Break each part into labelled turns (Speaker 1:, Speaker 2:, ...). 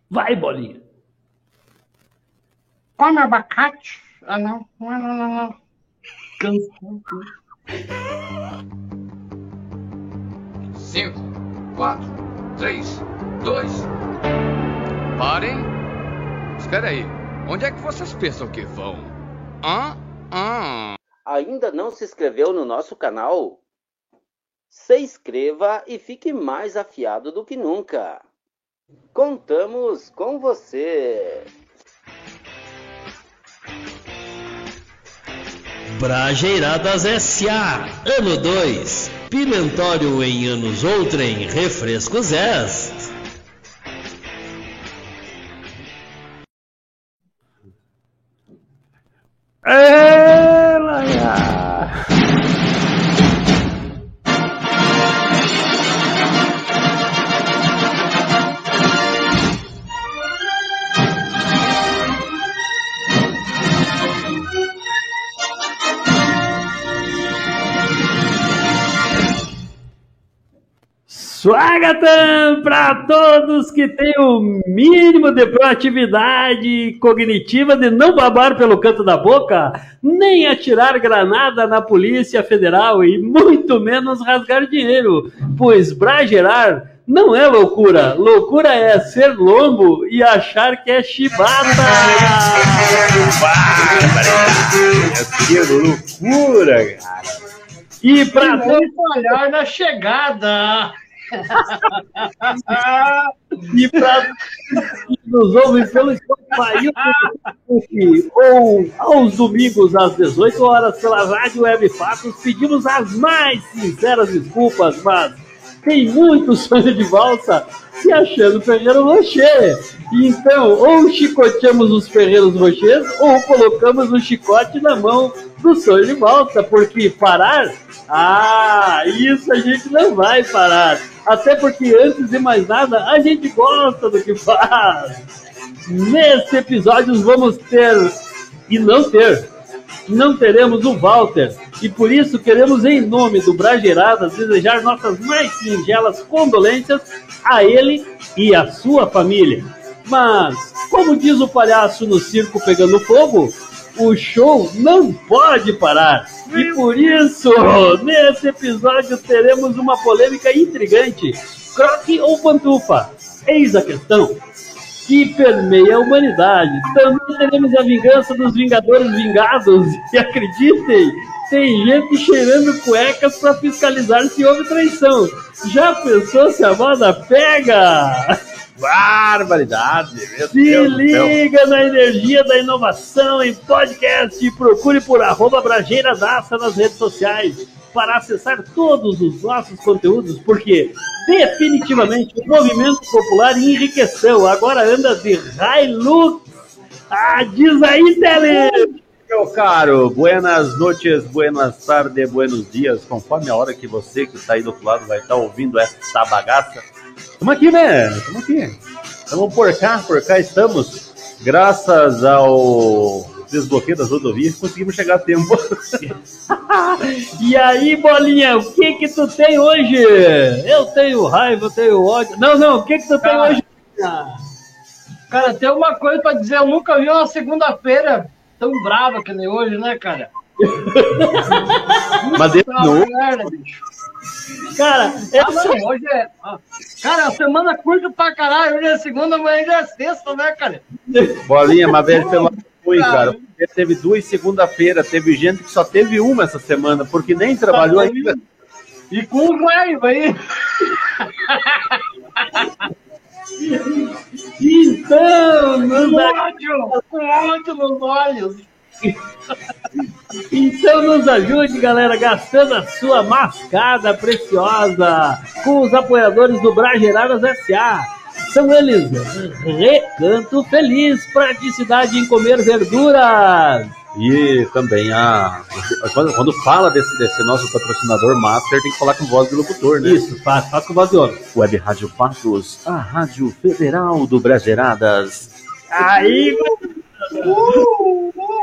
Speaker 1: Vai, Bolinha.
Speaker 2: Come abacate. Ah, não. Não. Cansado.
Speaker 3: 5, 4, 3, 2. Parem. Espera aí. Onde é que vocês pensam que vão?
Speaker 4: Ainda não se inscreveu no nosso canal? Se inscreva e fique mais afiado do que nunca. Contamos com você.
Speaker 5: Brajeiradas S.A. Ano 2. Pimentório em anos outrem. Refrescos S.
Speaker 1: Swagatam para todos que têm o mínimo de proatividade cognitiva de não babar pelo canto da boca, nem atirar granada na Polícia Federal e muito menos rasgar dinheiro, pois bragerar não é loucura. Loucura é ser lombo e achar que é chibata.
Speaker 6: Que loucura, cara.
Speaker 1: E para
Speaker 2: olhar na chegada.
Speaker 1: E para nos ouvem pelo Spotify ou aos domingos às 18 horas pela Rádio Web Fatos, pedimos as mais sinceras desculpas, mas tem muito sonho de valsa se achando Ferreiro Rocher. Então, ou chicoteamos os Ferreiros Rochers ou colocamos o chicote na mão do sonho de valsa, porque parar, isso a gente não vai parar. Até porque, antes de mais nada, a gente gosta do que faz. Neste episódio vamos ter, e não teremos o Walter. E por isso queremos, em nome do Brajeiradas, desejar nossas mais singelas condolências a ele e a sua família. Mas, como diz o palhaço no circo pegando fogo, o show não pode parar. E por isso, nesse episódio, teremos uma polêmica intrigante. Croque ou pantufa? Eis a questão que permeia a humanidade. Também teremos a vingança dos Vingadores Vingados. E acreditem, tem gente cheirando cuecas para fiscalizar se houve traição. Já pensou se a moda pega?
Speaker 6: Barbaridade, meu
Speaker 1: Se
Speaker 6: Deus
Speaker 1: liga na energia da inovação em podcast e procure por @brajeiradaça nas redes sociais para acessar todos os nossos conteúdos, porque definitivamente o movimento popular enriqueceu, agora anda de Hilux. Diz aí, Tele!
Speaker 6: Meu caro, buenas noites, buenas tardes, buenos dias, conforme a hora que você que está aí do outro lado vai estar ouvindo essa bagaça. Estamos aqui, né? Estamos aqui. Estamos por cá estamos. Graças ao desbloqueio das rodovias, conseguimos chegar a tempo.
Speaker 1: E aí, Bolinha, o que tu tem hoje? Eu tenho raiva, eu tenho ódio. Não, o que tu tem hoje?
Speaker 2: Cara, tem uma coisa pra dizer, eu nunca vi uma segunda-feira tão brava que nem hoje, né, cara?
Speaker 6: Mas de novo.
Speaker 1: Cara,
Speaker 2: hoje é. Cara, a semana curta pra caralho. Hoje é segunda, amanhã já é sexta, né, cara?
Speaker 6: Bolinha, mas velho, pelo amor de cara. Teve 2 segunda-feira, teve gente que só teve uma essa semana, porque nem trabalhou ainda.
Speaker 2: E com raiva aí.
Speaker 1: Então,
Speaker 2: com ódio nos olhos.
Speaker 1: Então nos ajude, galera, gastando a sua mascada preciosa com os apoiadores do Brajeiradas S.A. São eles: Recanto Feliz, praticidade em comer verduras.
Speaker 6: E também quando fala desse nosso patrocinador Master, tem que falar com voz de locutor, né?
Speaker 1: Isso, faz com voz de homem.
Speaker 6: Web Rádio Patos, a Rádio Federal do Brajeiradas.
Speaker 1: Aí,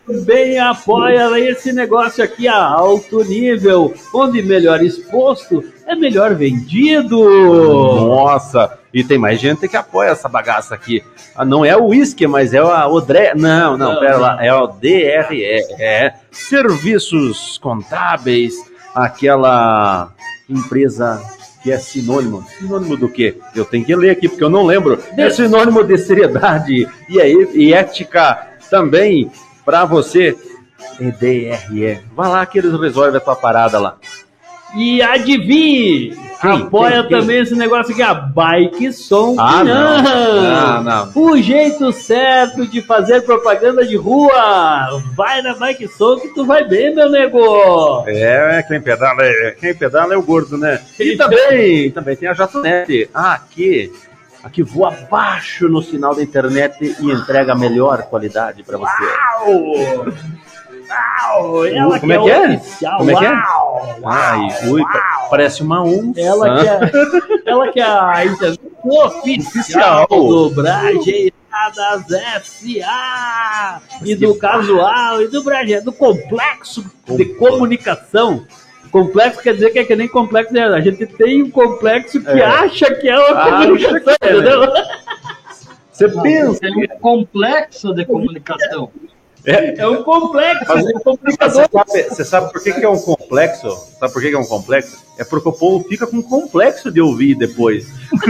Speaker 1: também apoia esse negócio aqui a alto nível, onde melhor exposto é melhor vendido.
Speaker 6: Nossa, e tem mais gente que apoia essa bagaça aqui. Ah, não é o uísque, mas é a Odré. Não, pera lá, é o DRE, Serviços Contábeis, aquela empresa que é sinônimo. Sinônimo do quê? Eu tenho que ler aqui, porque eu não lembro. É sinônimo de seriedade e ética também para você. É DRE. Vai lá que eles resolvem a tua parada lá.
Speaker 1: E adivinhe, apoia também esse negócio aqui, a Bike Som.
Speaker 6: Não.
Speaker 1: O jeito certo de fazer propaganda de rua. Vai na Bike Som que tu vai bem, meu nego.
Speaker 6: Quem pedala é o gordo, né? E também tem a Jatonet. Aqui voa abaixo no sinal da internet e entrega a melhor qualidade para você.
Speaker 1: Uau! Ela
Speaker 6: como é que é?
Speaker 1: Oficial.
Speaker 6: Como é que é?
Speaker 1: Uau!
Speaker 6: Parece uma onça.
Speaker 1: Ela que é a internet oficial do Brajeiradas S.A. e do Casual e do Brajeiradas, do Complexo de Comunicação. Complexo quer dizer que é que nem complexo, né? A gente tem um complexo que acha que é uma comunicação, entendeu?
Speaker 6: Você pensa.
Speaker 2: É um complexo de comunicação.
Speaker 1: É um complexo.
Speaker 6: Você sabe por que é um complexo? Sabe por que é um complexo? É porque o povo fica com complexo de ouvir depois.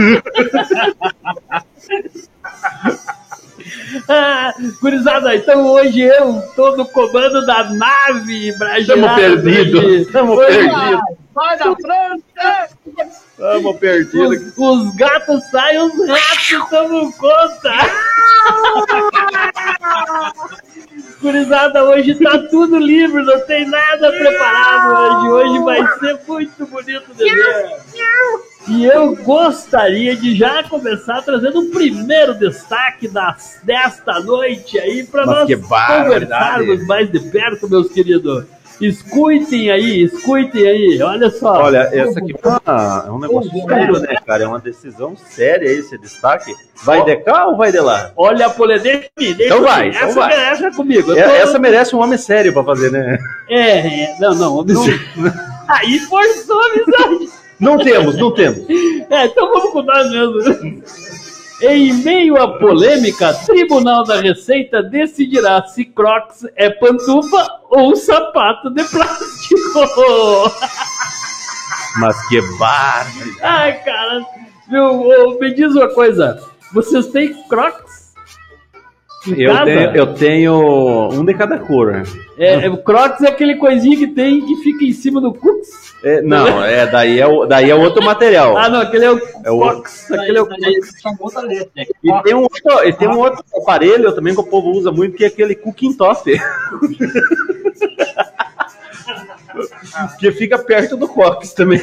Speaker 1: Gurizada, então hoje eu tô no comando da nave Brajeiradas.
Speaker 6: Estamos perdidos.
Speaker 2: Vai na frente!
Speaker 6: Estamos perdidos.
Speaker 1: Os gatos saem, os ratos tomam conta. Gurizada, hoje tá tudo livre, não tem nada preparado hoje. Hoje vai ser muito bonito de ver. E eu gostaria de já começar trazendo o primeiro destaque desta noite aí para nós conversarmos mais de perto, meus queridos. Escutem aí, olha só.
Speaker 6: Olha, essa aqui é um negócio sério, né, cara? É uma decisão séria esse destaque. Vai de cá ou vai de lá?
Speaker 1: Olha a polêmica.
Speaker 6: Então vai.
Speaker 1: Essa comigo.
Speaker 6: Essa merece um homem sério pra fazer, né?
Speaker 1: Não, homem sério. Aí forçou a amizade.
Speaker 6: Não temos.
Speaker 1: Então vamos com nós mesmo. Em meio à polêmica, Tribunal da Receita decidirá se Crocs é pantufa ou sapato de plástico.
Speaker 6: Mas que barra!
Speaker 1: Ai, cara, me diz uma coisa. Vocês têm Crocs?
Speaker 6: Eu tenho um de cada cor.
Speaker 1: O Crocs é aquele coisinho que fica em cima do Cux?
Speaker 6: Daí é outro material.
Speaker 1: Não, aquele é o Crocs. Aquele é o Crocs.
Speaker 6: E tem um outro aparelho também que o povo usa muito, que é aquele Cooking Top. Que fica perto do Crocs também.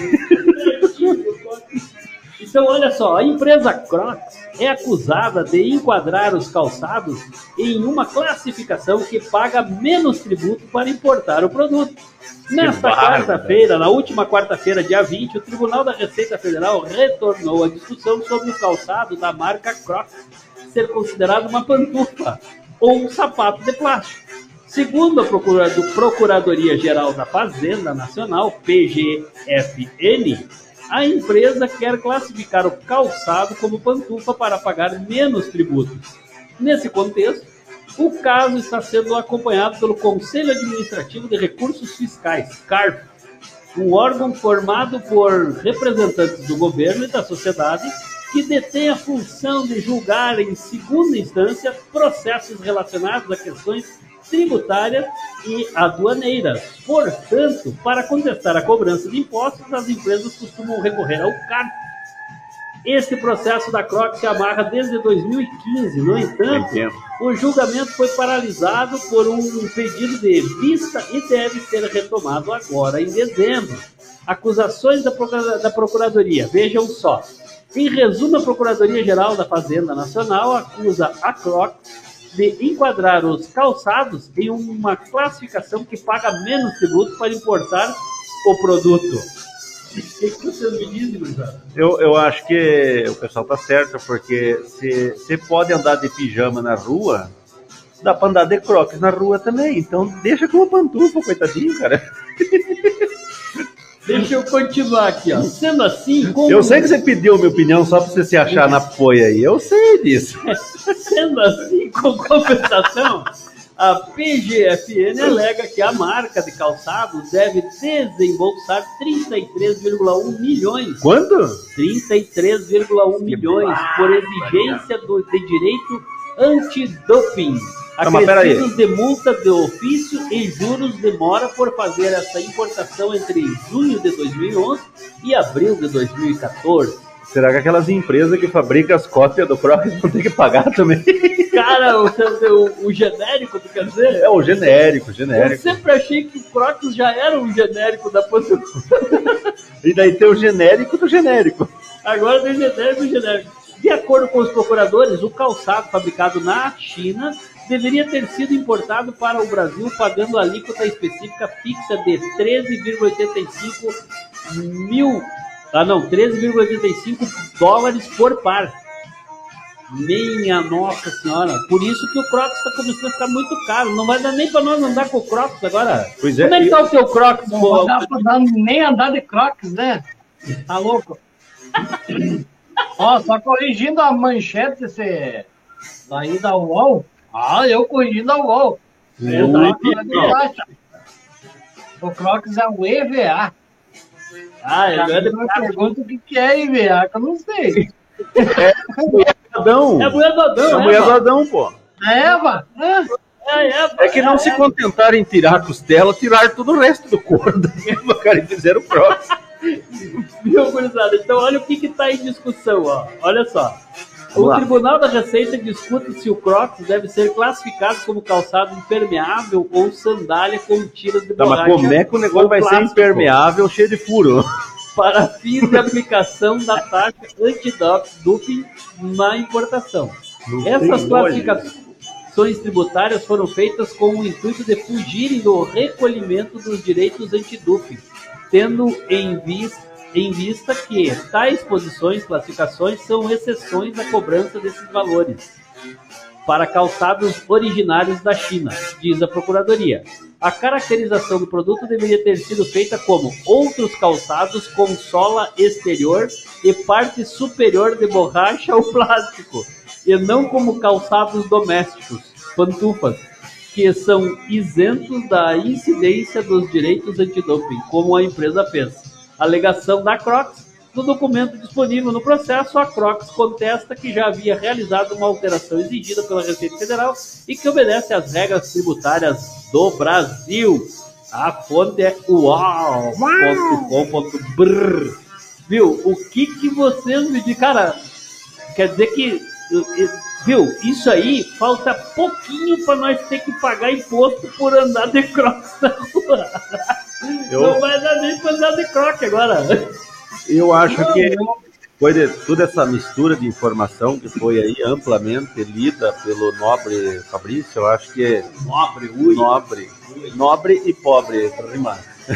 Speaker 1: Então, olha só, a empresa Crocs é acusada de enquadrar os calçados em uma classificação que paga menos tributo para importar o produto. Na última quarta-feira, dia 20, o Tribunal da Receita Federal retornou à discussão sobre o calçado da marca Crocs ser considerado uma pantufa ou um sapato de plástico. Segundo a Procuradoria-Geral da Fazenda Nacional, PGFN, a empresa quer classificar o calçado como pantufa para pagar menos tributos. Nesse contexto, o caso está sendo acompanhado pelo Conselho Administrativo de Recursos Fiscais, CARF, um órgão formado por representantes do governo e da sociedade que detém a função de julgar em segunda instância processos relacionados a questões tributárias e aduaneiras. Portanto, para contestar a cobrança de impostos, as empresas costumam recorrer ao CARF. Este processo da Crocs se amarra desde 2015. No entanto, o julgamento foi paralisado por um pedido de vista e deve ser retomado agora em dezembro. Acusações da Procuradoria. Vejam só. Em resumo, a Procuradoria-Geral da Fazenda Nacional acusa a Crocs de enquadrar os calçados em uma classificação que paga menos tributo para importar o produto. O que vocês me dizem, Gustavo?
Speaker 6: Eu acho que o pessoal tá certo, porque você pode andar de pijama na rua dá pra andar de Crocs na rua também. Então deixa com uma pantufa, coitadinho, cara.
Speaker 1: Deixa eu continuar aqui, ó. Sendo assim, como...
Speaker 6: Eu sei que você pediu a minha opinião só pra você se achar na poia aí. Eu sei disso.
Speaker 1: Sendo assim, com compensação, a PGFN alega que a marca de calçados deve desembolsar 33,1 milhões.
Speaker 6: Quanto?
Speaker 1: 33,1 milhões por exigência de direito antidoping. Acrescidos de multa de ofício e juros demora por fazer essa importação entre junho de 2011 e abril de 2014.
Speaker 6: Será que aquelas empresas que fabricam as cópias do Crocs vão ter que pagar também?
Speaker 1: Cara, o genérico, tu quer dizer?
Speaker 6: É o genérico.
Speaker 1: Eu sempre achei que o Crocs já era um genérico da Pantufa.
Speaker 6: E daí tem o genérico do genérico.
Speaker 1: Agora tem genérico do genérico. De acordo com os procuradores, o calçado fabricado na China deveria ter sido importado para o Brasil pagando a alíquota específica fixa de 13,85 dólares por par. Minha nossa senhora, por isso que o Crocs está começando a ficar muito caro. Não vai dar nem para nós andar com o Crocs agora.
Speaker 6: Pois é,
Speaker 1: como é que tá o teu Crocs?
Speaker 2: Não vai dar pra nem andar de Crocs, né? Tá louco? Ó, só corrigindo a manchete daí da UOL. Ah, eu corrigindo a UOL. O Crocs é o EVA.
Speaker 1: Eu
Speaker 2: pergunto o que é EVA, que eu não sei.
Speaker 6: É a mulher do Adão, pô.
Speaker 2: Eva?
Speaker 6: É que não se contentaram em tirar a costela, tiraram todo o resto do couro da Eva, cara, e fizeram o Crocs.
Speaker 1: Viu, gurizada? Então olha o que está em discussão, ó. Olha só. O Tribunal da Receita discute se o Crocs deve ser classificado como calçado impermeável ou sandália com tiras de borracha.
Speaker 6: Mas como é que o negócio vai ser impermeável cheio de furo?
Speaker 1: Para fins de aplicação da taxa antidoping na importação. Essas classificações tributárias foram feitas com o intuito de fugirem do recolhimento dos direitos antidoping, tendo em vista que tais classificações são exceções à cobrança desses valores para calçados originários da China, diz a Procuradoria. A caracterização do produto deveria ter sido feita como outros calçados com sola exterior e parte superior de borracha ou plástico, e não como calçados domésticos, pantufas, que são isentos da incidência dos direitos antidoping, como a empresa fez. A alegação da Crocs, no documento disponível no processo, a Crocs contesta que já havia realizado uma alteração exigida pela Receita Federal e que obedece às regras tributárias do Brasil. A fonte é uau.com.br. Viu? O que vocês me dizem? Cara, quer dizer que... Viu? Isso aí, falta pouquinho para nós ter que pagar imposto por andar de Crocs na rua. Não vai dar nem para andar de Crocs agora.
Speaker 6: Eu acho que depois de toda essa mistura de informação que foi aí amplamente lida pelo nobre Fabrício, eu acho que é nobre e pobre, para rimar.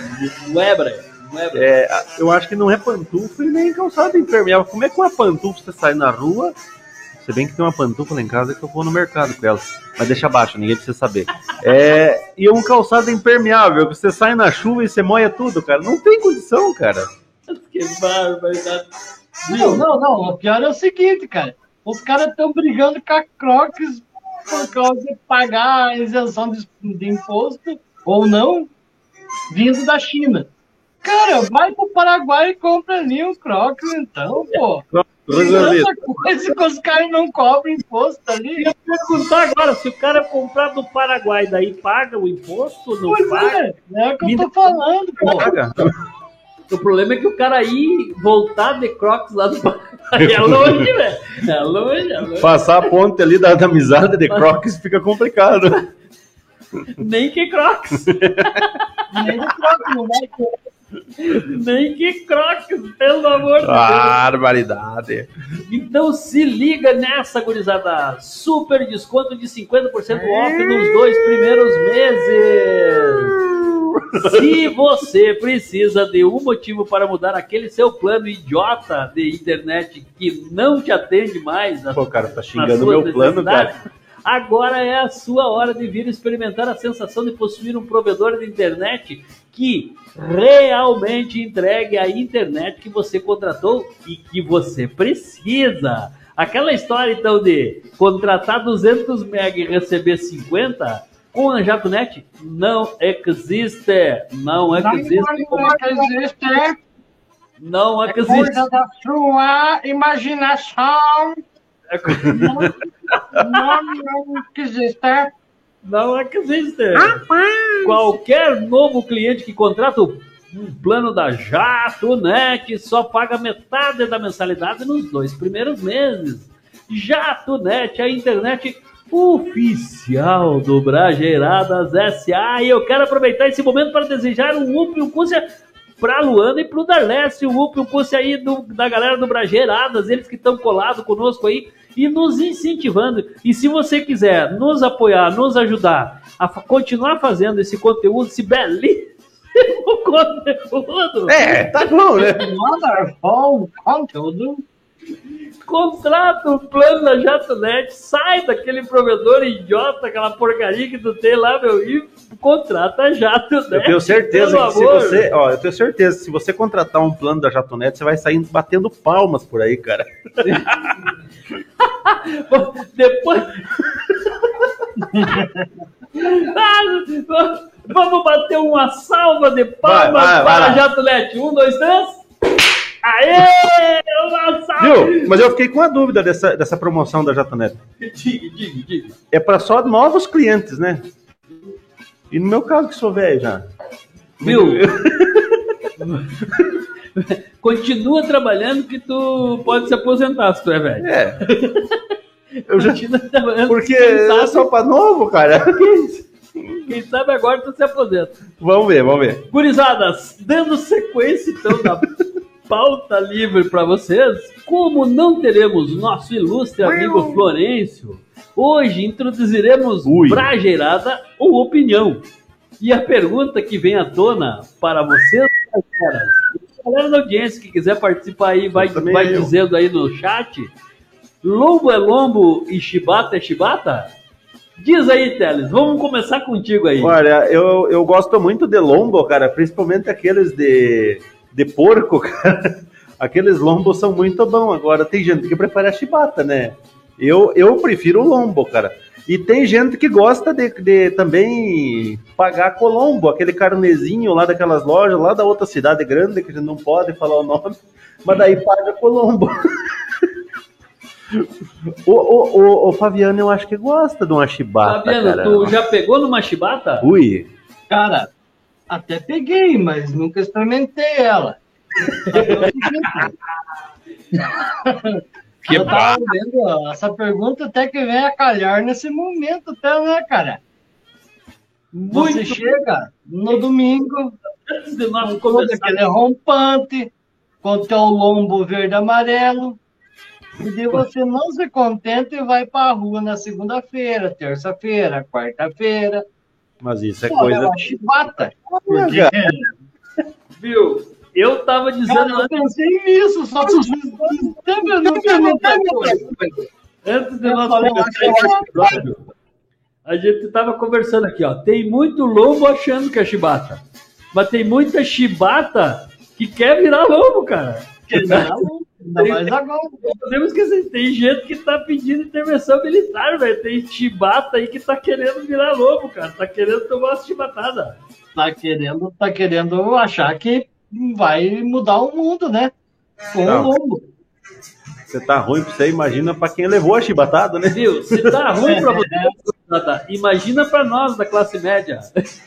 Speaker 6: Eu acho que não é pantufa e nem calçado impermeável. Como é que uma pantufa você sai na rua? Se bem que tem uma pantufa lá em casa que eu vou no mercado com ela. Mas deixa abaixo, ninguém precisa saber. E um calçado impermeável, que você sai na chuva e você molha tudo, cara. Não tem condição, cara.
Speaker 1: Que barbaridade.
Speaker 2: Não. O pior é o seguinte, cara. Os caras estão brigando com a Crocs por causa de pagar a isenção de imposto, ou não, vindo da China. Cara, vai pro Paraguai e compra ali um Crocs, então, pô. Tanta coisa que os caras não cobram imposto ali.
Speaker 1: Eu ia perguntar agora, se o cara comprar do Paraguai, daí paga o imposto ou não paga?
Speaker 2: É o que eu tô falando, pô.
Speaker 6: Paga.
Speaker 1: O problema é que o cara ir voltar de Crocs lá do Paraguai é longe, velho. É longe.
Speaker 6: Passar a ponte ali da amizade de Crocs fica complicado.
Speaker 1: Nem que Crocs.
Speaker 2: Nem que Crocs, não vai ter.
Speaker 1: Nem que Crocs, pelo amor de Deus.
Speaker 6: Barbaridade.
Speaker 1: Então se liga nessa, gurizada. Super desconto de 50% off nos 2 primeiros meses. Se você precisa de um motivo para mudar aquele seu plano idiota de internet que não te atende mais...
Speaker 6: Pô, cara, tá xingando meu plano, cara.
Speaker 1: Agora é a sua hora de vir experimentar a sensação de possuir um provedor de internet que realmente entregue a internet que você contratou e que você precisa. Aquela história, então, de contratar 200 MB e receber 50, com a JatoNet, não existe. Não existe. Não existe.
Speaker 2: É coisa da sua imaginação. Não existe.
Speaker 1: Não existe. Qualquer novo cliente que contrata um plano da JatoNet só paga metade da mensalidade nos 2 primeiros meses. JatoNet, a internet oficial do Brajeiradas S.A. E eu quero aproveitar esse momento para desejar um up e um cúcia para a Luana e para o Darleste, um up e um cúcia aí da galera do Brajeiradas, eles que estão colados conosco aí e nos incentivando. E se você quiser nos apoiar, nos ajudar a continuar fazendo esse conteúdo, esse belíssimo conteúdo.
Speaker 6: Tá bom, né?
Speaker 2: Wonderful conteúdo.
Speaker 1: Contrata o plano da JatoNet, sai daquele provedor idiota, aquela porcaria que tu tem lá, meu, e contrata a JatoNet.
Speaker 6: Eu tenho certeza que se você contratar um plano da JatoNet, você vai sair batendo palmas por aí, cara.
Speaker 1: Depois... Vamos bater uma salva de palmas para a JatoNet. 1, 2, 3... Aê! Uma salva!
Speaker 6: Viu? Mas eu fiquei com a dúvida dessa promoção da JatoNet.
Speaker 1: Diga.
Speaker 6: É para só novos clientes, né? E no meu caso, que sou velho já.
Speaker 1: Viu? Continua trabalhando que tu pode se aposentar se tu é velho.
Speaker 6: Eu já
Speaker 1: Continua trabalhando.
Speaker 6: Porque é só para novo, cara.
Speaker 1: Quem sabe agora tu se aposenta.
Speaker 6: Vamos ver.
Speaker 1: Gurizadas, dando sequência então da pauta livre para vocês, como não teremos nosso ilustre amigo Florencio, hoje introduziremos Brajeirada ou Opinião. E a pergunta que vem à tona para vocês, caras, a galera da audiência que quiser participar aí, vai dizendo aí no chat, lombo é lombo e chibata é chibata? Diz aí, Teles, vamos começar contigo aí.
Speaker 6: Olha, eu gosto muito de lombo, cara, principalmente aqueles de porco, cara. Aqueles lombos são muito bons. Agora tem gente que prefere a chibata, né? Eu prefiro o lombo, cara. E tem gente que gosta de também pagar colombo, aquele carnezinho lá daquelas lojas, lá da outra cidade grande, que a gente não pode falar o nome, mas daí paga colombo. O Fabiano, eu acho que gosta de uma chibata.
Speaker 1: Fabiano,
Speaker 6: cara.
Speaker 1: Tu já pegou numa chibata?
Speaker 6: Ui.
Speaker 2: Cara, até peguei, mas nunca experimentei ela. Eu tava vendo essa pergunta até que vem a calhar nesse momento até, né, cara? Você chega no domingo, com aquele rompante, com teu lombo verde e amarelo, e daí você não se contenta e vai pra rua na segunda-feira, terça-feira, quarta-feira.
Speaker 6: Mas isso é coisa...
Speaker 2: É uma chibata. Porque...
Speaker 1: Viu? Eu tava dizendo...
Speaker 2: Eu pensei nisso, só que eu não perguntei coisa.
Speaker 1: Antes de nós começar esse episódio, a gente tava conversando aqui, ó. Tem muito lobo achando que é chibata. Mas tem muita chibata que quer virar lobo, cara.
Speaker 2: Quer virar lobo. Ainda mais agora.
Speaker 1: Não podemos esquecer, tem gente que tá pedindo intervenção militar, velho. Tem chibata aí que tá querendo virar lobo, cara. Tá querendo tomar uma chibatada.
Speaker 2: Tá querendo achar que vai mudar o mundo, né? Com o lobo.
Speaker 6: Você tá ruim pra você, imagina pra quem levou a chibatada, né?
Speaker 1: Viu? Se tá ruim pra você, imagina pra nós da classe média.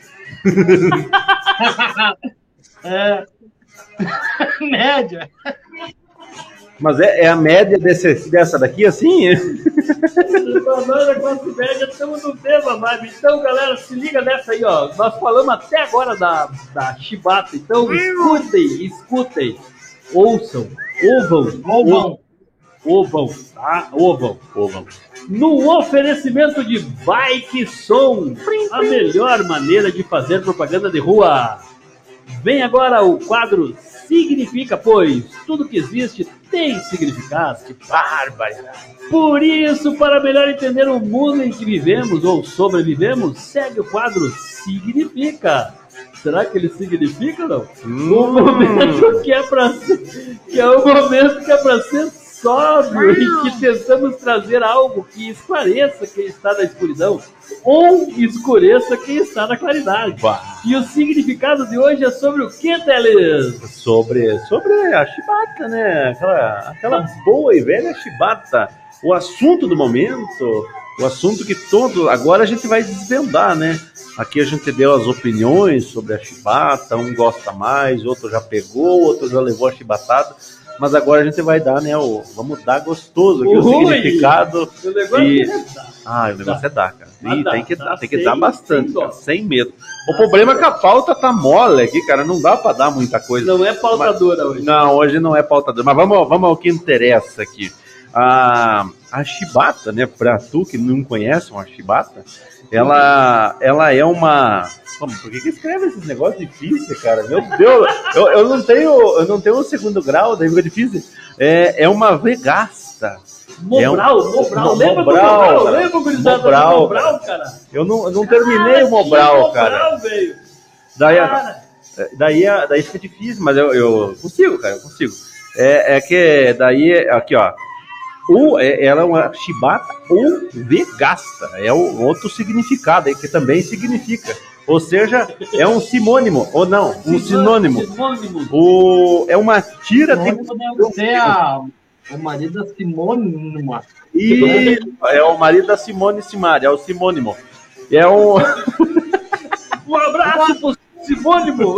Speaker 2: Média.
Speaker 6: Mas é a média dessa daqui, assim?
Speaker 1: Nós da classe média estamos no tema, vibe. Então, galera, se liga nessa aí, ó. Nós falamos até agora da chibata. Então, escutem. Ouçam. Ouvam, tá? Ouvam. No oferecimento de Bike Som, a melhor maneira de fazer propaganda de rua. Vem agora o quadro significa, pois tudo que existe tem significado. Que bárbaro! Por isso, para melhor entender o mundo em que vivemos ou sobrevivemos, segue o quadro Significa. Será que ele significa ou não? O momento que é para ser, o momento que é para ser sóbrio e que tentamos trazer algo que esclareça quem está na escuridão ou escureça quem está na claridade. E o significado de hoje é sobre o que, Teles?
Speaker 6: Sobre a chibata, né? Aquela boa e velha chibata. O assunto do momento, o assunto que agora a gente vai desvendar, né? Aqui a gente deu as opiniões sobre a chibata, um gosta mais, outro já pegou, outro já levou a chibatada. Mas agora a gente vai dar, né? Vamos dar gostoso aqui o significado.
Speaker 1: O
Speaker 6: negócio é dar, cara. Tem que dar bastante, cara, sem medo. O problema é que a pauta tá mole aqui, cara. Não dá pra dar muita coisa.
Speaker 1: Não é pautadora hoje.
Speaker 6: Não, hoje não é pautadora. Mas vamos ao que interessa aqui. A chibata, né? Pra tu que não conhece uma chibata, ela é uma... Por que escreve esses negócios difíceis, cara? Meu Deus, eu não tenho o segundo grau, daí fica difícil. É uma vegasta.
Speaker 1: Mobral. Lembra do Mobral, cara?
Speaker 6: Eu não terminei o Mobral, cara.
Speaker 1: Velho.
Speaker 6: Daí fica difícil, mas eu consigo, cara, eu consigo. Que daí, aqui, ó. Ela é uma chibata ou vegasta. É o outro significado aí, que também significa. Ou seja, é um sinônimo, ou não, um sinônimo. É uma tira de...
Speaker 2: O marido da Simone.
Speaker 6: E é o marido da Simone Simari, é o sinônimo. É um...
Speaker 1: Um abraço pro sinônimo.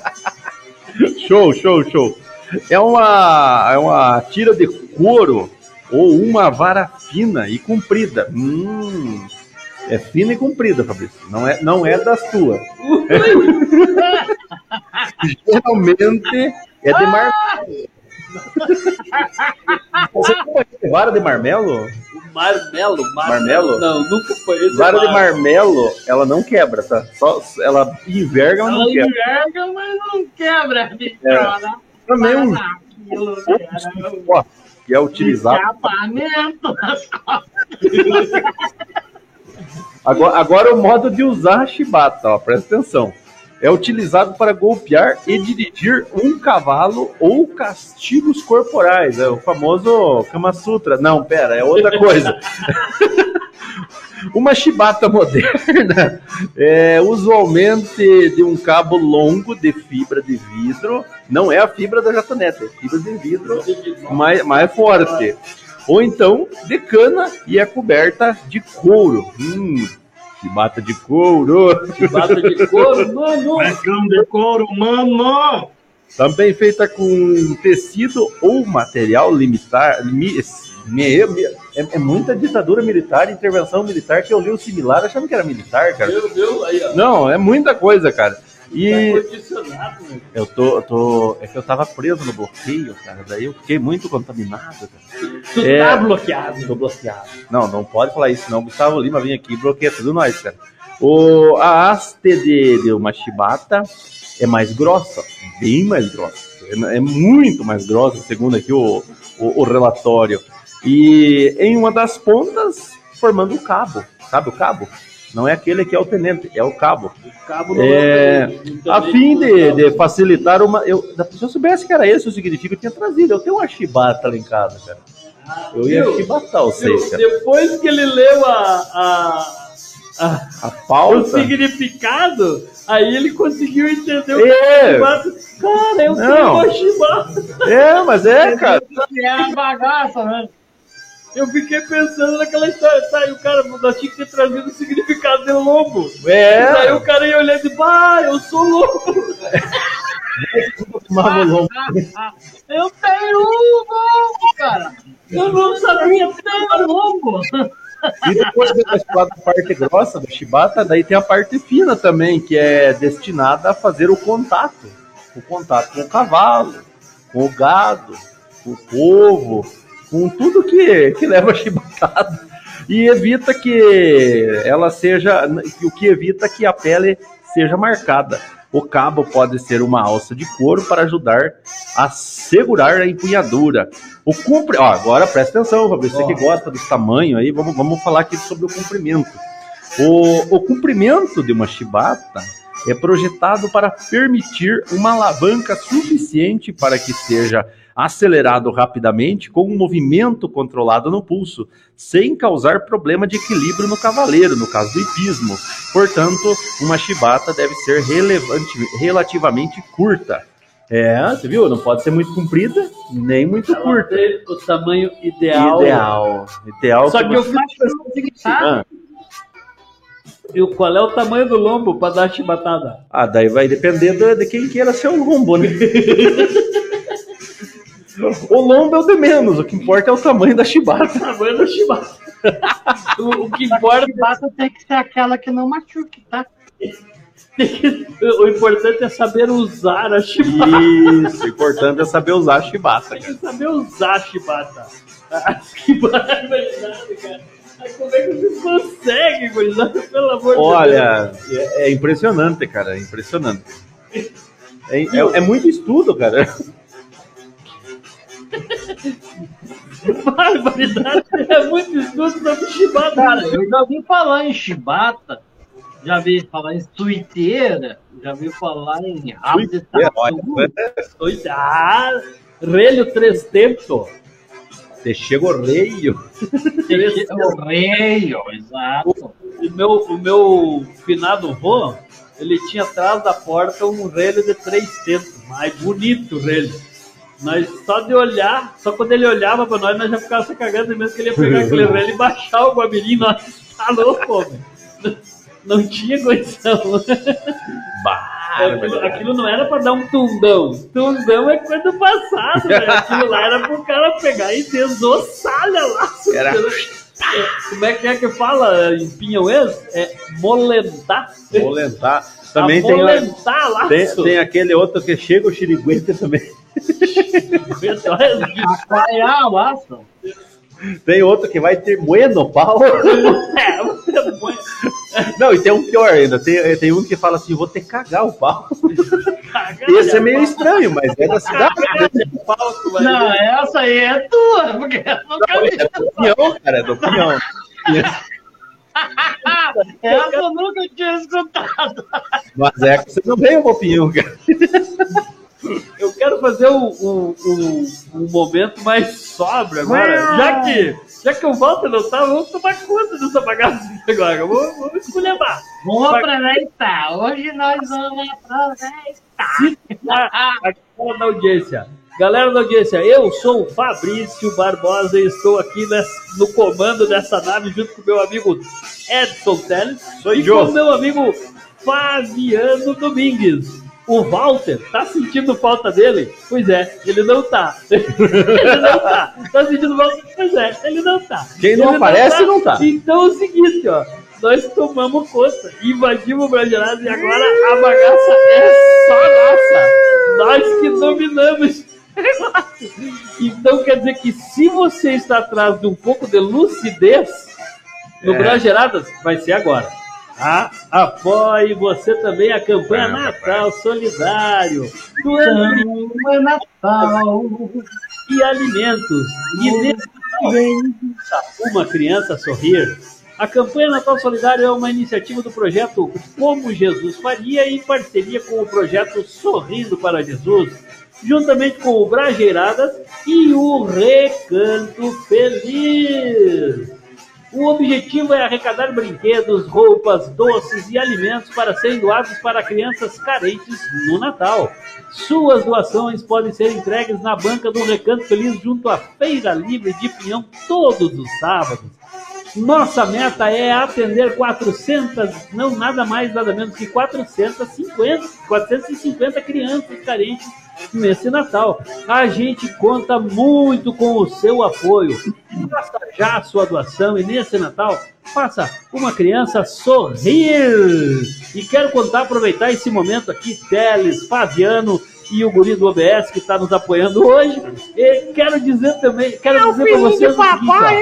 Speaker 6: Show. É uma tira de couro ou uma vara fina e comprida. É fina e comprida, Fabrício. Não é das tuas. Geralmente é de marmelo. Você conhece vara de marmelo?
Speaker 1: Marmelo? Não, nunca foi.
Speaker 6: Vara de marmelo, ela não quebra, tá? Só ela enverga, mas não quebra.
Speaker 2: Ela enverga, mas não quebra.
Speaker 6: Também que é utilizado. Agora o modo de usar a chibata, ó, presta atenção. É utilizado para golpear e dirigir um cavalo ou castigos corporais. É o famoso Kama Sutra. Não, pera, é outra coisa. Uma chibata moderna é usualmente de um cabo longo de fibra de vidro. Não é a fibra da jatoneta, é fibra de vidro mais forte. Ou então de cana e é coberta de couro. Chibata de couro.
Speaker 1: Chibata de couro, mano.
Speaker 2: Pecão de couro, mano.
Speaker 6: Também feita com tecido ou material limitar. É muita ditadura militar, intervenção militar, que eu li o similar achando que era militar, cara.
Speaker 1: Meu Deus, aí, ó.
Speaker 6: Não, é muita coisa, cara. E
Speaker 1: eu
Speaker 6: é que eu tava preso no bloqueio, cara. Daí eu fiquei muito contaminado, cara.
Speaker 1: Tu tá bloqueado.
Speaker 6: Tô bloqueado. Não pode falar isso, não. Gustavo Lima vem aqui e bloqueia tudo nós, cara. A haste de uma chibata é mais grossa, bem mais grossa. É muito mais grossa, segundo aqui o relatório. E em uma das pontas, formando o cabo. Sabe o cabo? Não é aquele que é o tenente, é o cabo.
Speaker 1: O cabo
Speaker 6: a fim de facilitar uma... Se eu soubesse que era esse o significado, eu tinha trazido. Eu tenho uma chibata lá em casa, cara. Eu ia chibatar vocês, cara.
Speaker 1: Depois que ele leu
Speaker 6: a pauta,
Speaker 1: o significado, aí ele conseguiu entender o que é chibata. Cara, eu tenho uma chibata.
Speaker 6: Mas cara.
Speaker 2: É a bagaça, né?
Speaker 1: Eu fiquei pensando naquela história, tá? E o cara, nós tinha que ter trazido o significado de lobo.
Speaker 6: Aí
Speaker 1: o cara ia olhando e eu sou lobo.
Speaker 2: Eu tenho um lobo, cara.
Speaker 1: Eu não sabia que era lobo.
Speaker 6: E depois da parte grossa da chibata, daí tem a parte fina também, que é destinada a fazer o contato. O contato com o cavalo, com o gado, com o povo, com tudo que leva a chibatada. E evita que ela seja... O que evita que a pele seja marcada. O cabo pode ser uma alça de couro para ajudar a segurar a empunhadura. Agora presta atenção, Fabrício, você que gosta desse tamanho aí, vamos falar aqui sobre o comprimento. O comprimento de uma chibata é projetado para permitir uma alavanca suficiente para que seja acelerado rapidamente com um movimento controlado no pulso, sem causar problema de equilíbrio no cavaleiro, no caso do hipismo. Portanto, uma chibata deve ser relativamente curta. Você viu? Não pode ser muito comprida, nem muito curta.
Speaker 1: O tamanho ideal.
Speaker 6: Só que eu fico pensando o seguinte...
Speaker 1: E qual é o tamanho do lombo para dar chibatada?
Speaker 6: Daí vai depender de quem queira ser o lombo, né? O lombo é o de menos, o que importa é o tamanho da chibata.
Speaker 1: O tamanho da chibata. o que importa...
Speaker 2: A chibata tem que ser aquela que não machuque, tá?
Speaker 1: O importante é saber usar a chibata.
Speaker 6: Isso, o importante é saber usar a chibata.
Speaker 1: Tem que saber usar a chibata. Que barbaridade, cara. Como é que vocês conseguem, gurizada? Pelo amor de Deus.
Speaker 6: Olha, é impressionante, cara. É impressionante. É muito estudo, cara.
Speaker 1: Barbaridade. É muito estudo sobre chibata.
Speaker 2: Cara, eu já ouvi falar em chibata, já vi falar em suiteira, já vi falar em rabo de tatu.
Speaker 1: Relho 3 tempos.
Speaker 6: Te chega o reio.
Speaker 2: O reio, exato.
Speaker 1: O meu finado vô, ele tinha atrás da porta um relho de 3 tempos. Mais bonito relho. Nós só de olhar, só quando ele olhava pra nós já ficava se cagando mesmo que ele ia pegar aquele relho e baixar o guabirim. Nós tá louco, velho. Não tinha condição. Aquilo não era pra dar um tundão. Tundão é coisa do passado, velho. Aquilo lá era pro cara pegar e desossar lá. Como é que fala em pinhões? Molentar.
Speaker 6: Molentar. Também tem aquele outro que chega o xirigueta também. Tem outro que vai ter moer no pau. Não, e tem um pior ainda. Tem um que fala assim: vou ter que cagar o pau. Esse é meio estranho, mas é da cidade.
Speaker 2: Não, essa aí é tua, porque eu nunca vi.
Speaker 6: É do Pinhão, cara, é do Pinhão.
Speaker 2: Essa eu nunca tinha escutado.
Speaker 6: Mas é que você não veio, meu Pinhão, cara.
Speaker 1: Eu quero fazer um momento mais sóbrio agora. Já que o Walter não tá, vamos tomar conta dessa bagaça agora. Vamos esculhambar.
Speaker 2: Vamos aproveitar. Hoje nós vamos aproveitar.
Speaker 1: Galera da audiência, eu sou o Fabrício Barbosa e estou aqui no comando dessa nave junto com o meu amigo Edson Teles e com o meu amigo Fabiano Domingues. O Walter, tá sentindo falta dele? Pois é, ele não tá. Ele não tá. Tá sentindo falta? Pois é, ele não tá.
Speaker 6: Quem não aparece, não tá.
Speaker 1: Então é o seguinte, ó. Nós tomamos conta, invadimos o Brasileiro e agora a bagaça é só nossa. Nós que dominamos. Então quer dizer que se você está atrás de um pouco de lucidez no Brasileiradas, vai ser agora. Apoie você também a campanha Natal Solidário doando Natal e alimentos. E nesse Uma Criança Sorrir. A campanha Natal Solidário é uma iniciativa do projeto Como Jesus Faria em parceria com o projeto Sorrindo para Jesus, juntamente com o Brajeiradas e o Recanto Feliz. O objetivo é arrecadar brinquedos, roupas, doces e alimentos para serem doados para crianças carentes no Natal. Suas doações podem ser entregues na banca do Recanto Feliz junto à Feira Livre de Pinhão todos os sábados. Nossa meta é atender 400, não nada mais, nada menos que 450 crianças carentes nesse Natal. A gente conta muito com o seu apoio. Faça já a sua doação e nesse Natal faça uma criança sorrir. E quero aproveitar esse momento aqui, Teles, Fabiano e o guri do OBS que está nos apoiando hoje. E quero dizer para vocês o seguinte,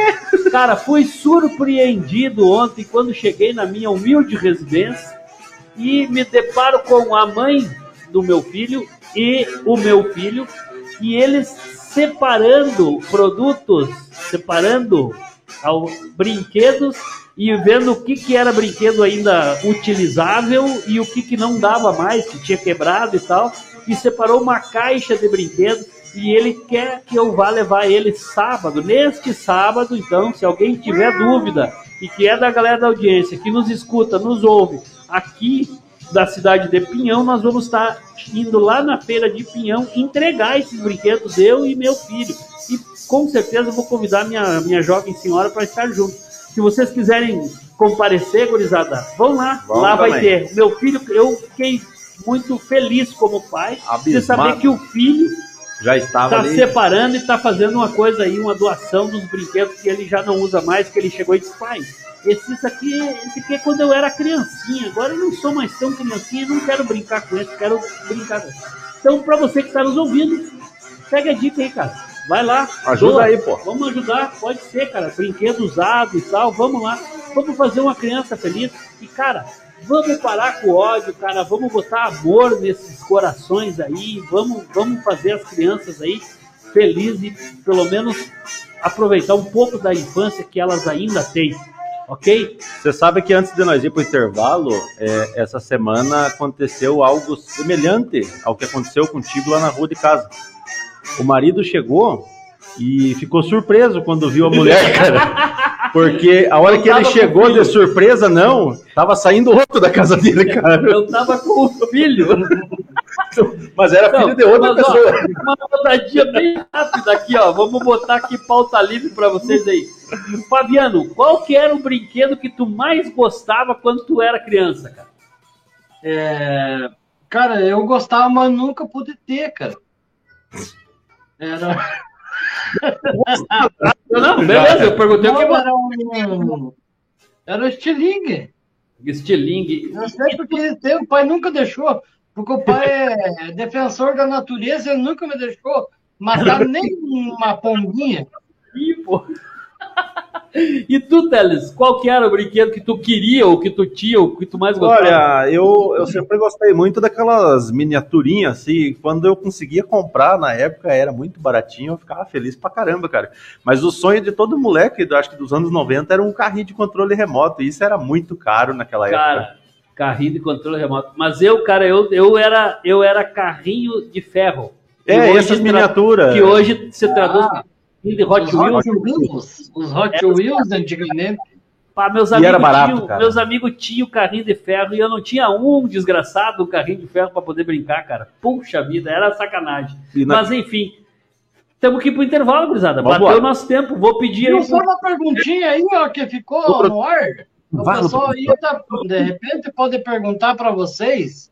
Speaker 1: cara, fui surpreendido ontem quando cheguei na minha humilde residência e me deparo com a mãe do meu filho e o meu filho, e eles separando produtos, separando brinquedos e vendo o que era brinquedo ainda utilizável e o que não dava mais, que tinha quebrado e tal, e separou uma caixa de brinquedos e ele quer que eu vá levar ele sábado, neste sábado. Então, se alguém tiver dúvida e que é da galera da audiência, que nos escuta, nos ouve aqui da cidade de Pinhão, nós vamos estar indo lá na feira de Pinhão entregar esses brinquedos, eu e meu filho, e com certeza eu vou convidar minha jovem senhora para estar junto. Se vocês quiserem comparecer, gurizada, vão lá. Vamos lá também. Vai ter. Meu filho, eu fiquei muito feliz como pai de saber que o filho já está separando e está fazendo uma coisa aí, uma doação dos brinquedos que ele já não usa mais, que ele chegou e disse, pai, esse aqui é quando eu era criancinha, agora eu não sou mais tão criancinha, não quero brincar com esse, quero brincar com esse. Então, para você que está nos ouvindo, pega a dica aí, cara. Vai lá.
Speaker 6: Ajuda aí, pô.
Speaker 1: Vamos ajudar, pode ser, cara. Brinquedo usado e tal, vamos lá. Vamos fazer uma criança feliz. E, cara, vamos parar com o ódio, cara. Vamos botar amor nesses corações aí. Vamos fazer as crianças aí felizes e, pelo menos, aproveitar um pouco da infância que elas ainda têm. Ok?
Speaker 6: Você sabe que antes de nós ir para o intervalo, essa semana aconteceu algo semelhante ao que aconteceu contigo lá na rua de casa. O marido chegou e ficou surpreso quando viu a mulher, cara. Porque a hora que ele chegou de surpresa, tava saindo outro da casa dele, cara.
Speaker 1: Eu tava com o filho.
Speaker 6: Mas era filho de outra pessoa.
Speaker 1: Uma rodadinha bem rápida aqui, ó. Vamos botar aqui pauta livre pra vocês aí. Fabiano, qual que era o brinquedo que tu mais gostava quando tu era criança, cara?
Speaker 2: Cara, eu gostava, mas nunca pude ter, cara.
Speaker 1: Não, beleza, eu perguntei o que
Speaker 2: era o estilingue.
Speaker 1: Estilingue.
Speaker 2: Não sei porque o pai nunca deixou, porque o pai é defensor da natureza, ele nunca me deixou matar nem uma pombinha.
Speaker 1: Ih, pô. E tu, Teles, qual que era o brinquedo que tu queria, ou que tu tinha, ou que tu mais gostava?
Speaker 6: Olha, eu sempre gostei muito daquelas miniaturinhas, assim, quando eu conseguia comprar, na época, era muito baratinho, eu ficava feliz pra caramba, cara. Mas o sonho de todo moleque, acho que dos anos 90, era um carrinho de controle remoto, e isso era muito caro naquela época.
Speaker 1: Cara, carrinho de controle remoto. Mas eu era carrinho de ferro.
Speaker 6: Essas miniaturas.
Speaker 1: Que hoje se traduz... de Hot
Speaker 2: Wheels. Os Hot Wheels antigamente.
Speaker 1: Meus amigos tinham carrinho de ferro e eu não tinha um desgraçado carrinho de ferro para poder brincar, cara. Puxa vida, era sacanagem. Mas enfim, temos que ir pro intervalo, gurizada. Bateu o nosso tempo, vou pedir aí.
Speaker 2: Só uma perguntinha aí, ó, que ficou no ar. O pessoal aí, de repente, pode perguntar para vocês.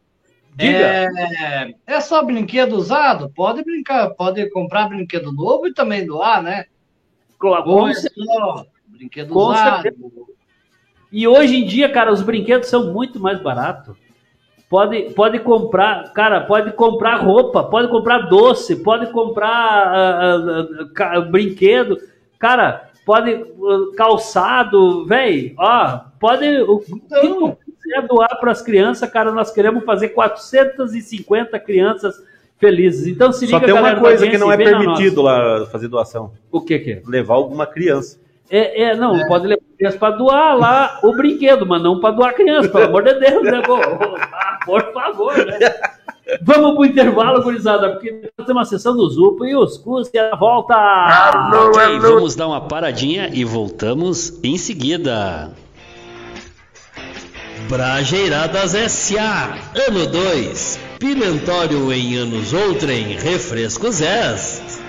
Speaker 2: É só brinquedo usado? Pode brincar, pode comprar brinquedo novo e também doar, né?
Speaker 1: Ou
Speaker 2: é só brinquedo usado.
Speaker 1: E hoje em dia, cara, os brinquedos são muito mais baratos. Pode comprar, cara, pode comprar roupa, pode comprar doce, pode comprar brinquedo, cara, pode calçado, velho, ó, pode... Então, doar para as crianças, cara, nós queremos fazer 450 crianças felizes. Então se liga,
Speaker 6: só tem uma coisa que não é permitido lá fazer doação.
Speaker 1: O que é?
Speaker 6: Levar alguma criança.
Speaker 1: Pode levar criança para doar lá o brinquedo, mas não para doar criança, pelo amor de Deus, né? Por favor, né? Vamos pro intervalo, gurizada, porque nós temos uma sessão do Zupo e os custos e a volta.
Speaker 5: Ok, vamos dar uma paradinha e voltamos em seguida. Brajeiradas S.A. Ano 2. Pimentório em anos outrem. Refrescos S.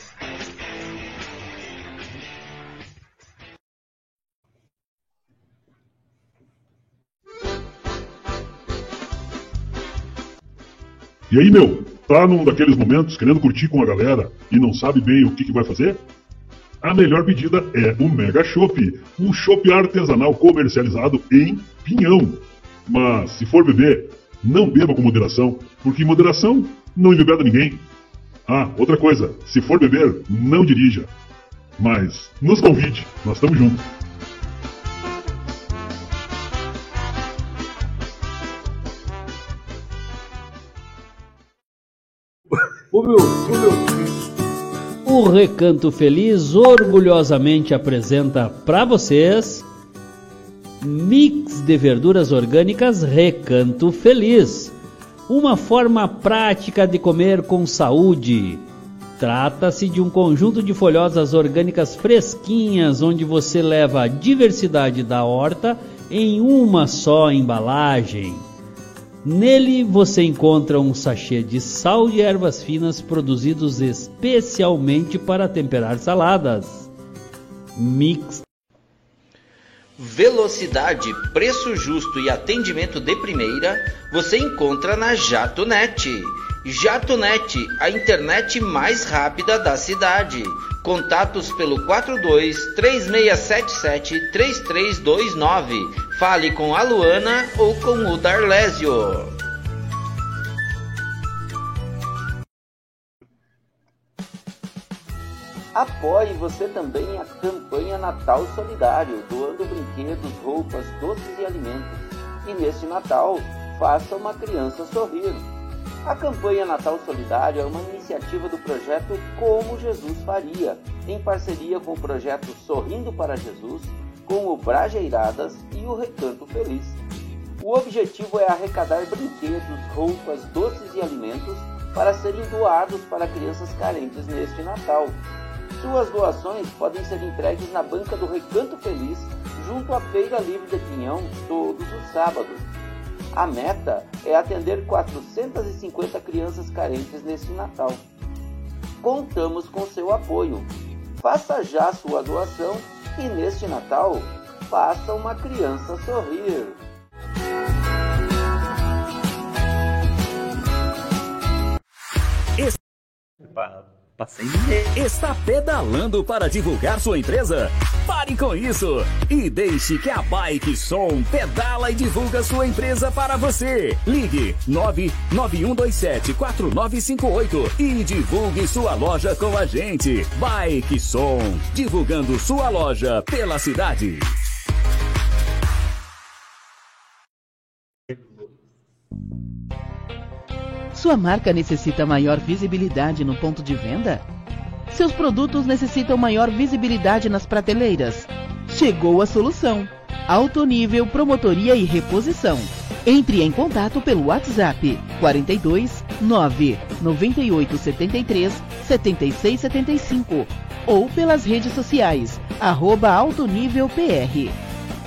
Speaker 7: E aí, meu? Tá num daqueles momentos querendo curtir com a galera e não sabe bem o que vai fazer? A melhor pedida é o Mega Chopp, um chopp artesanal comercializado em Pinhão. Mas, se for beber, não beba com moderação, porque moderação não embebeda ninguém. Ah, outra coisa, se for beber, não dirija. Mas, nos convide, nós estamos juntos.
Speaker 5: O Recanto Feliz orgulhosamente apresenta para vocês Mix de verduras orgânicas Recanto Feliz, uma forma prática de comer com saúde. Trata-se de um conjunto de folhosas orgânicas fresquinhas, onde você leva a diversidade da horta em uma só embalagem. Nele você encontra um sachê de sal e ervas finas produzidos especialmente para temperar saladas. Mix.
Speaker 8: Velocidade, preço justo e atendimento de primeira você encontra na JatoNet. JatoNet, a internet mais rápida da cidade. Contatos pelo 42-3677-3329. Fale com a Luana ou com o Darlésio.
Speaker 4: Apoie você também a campanha Natal Solidário, doando brinquedos, roupas, doces e alimentos. E neste Natal, faça uma criança sorrir. A campanha Natal Solidário é uma iniciativa do projeto Como Jesus Faria, em parceria com o projeto Sorrindo para Jesus, com o Brajeiradas e o Recanto Feliz. O objetivo é arrecadar brinquedos, roupas, doces e alimentos para serem doados para crianças carentes neste Natal. Suas doações podem ser entregues na banca do Recanto Feliz, junto à Feira Livre de Pinhão, todos os sábados. A meta é atender 450 crianças carentes neste Natal. Contamos com seu apoio. Faça já sua doação e neste Natal, faça uma criança sorrir.
Speaker 9: Está pedalando para divulgar sua empresa? Pare com isso e deixe que a Bike Som pedala e divulga sua empresa para você. Ligue 991274958 e divulgue sua loja com a gente. Bike Som, divulgando sua loja pela cidade.
Speaker 10: Sua marca necessita maior visibilidade no ponto de venda? Seus produtos necessitam maior visibilidade nas prateleiras? Chegou a solução! Alto Nível Promotoria e Reposição. Entre em contato pelo WhatsApp 42 9 98 73 76 75 ou pelas redes sociais @altonívelpr.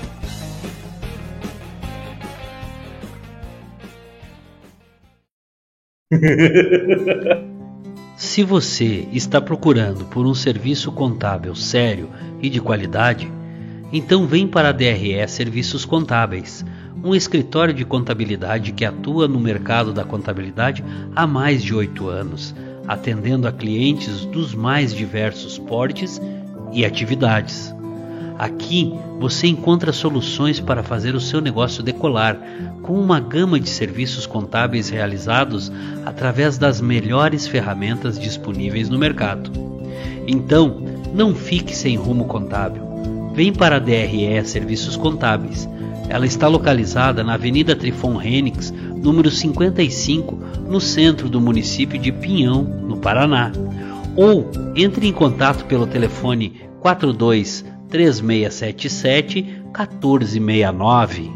Speaker 5: Se você está procurando por um serviço contábil sério e de qualidade, então vem para a DRE Serviços Contábeis, um escritório de contabilidade que atua no mercado da contabilidade há mais de 8 anos, atendendo a clientes dos mais diversos portes e atividades. Aqui você encontra soluções para fazer o seu negócio decolar, com uma gama de serviços contábeis realizados através das melhores ferramentas disponíveis no mercado. Então, não fique sem rumo contábil. Vem para a DRE Serviços Contábeis. Ela está localizada na Avenida Trifon Renix, número 55, no centro do município de Pinhão, no Paraná. Ou entre em contato pelo telefone 42 3677 1469.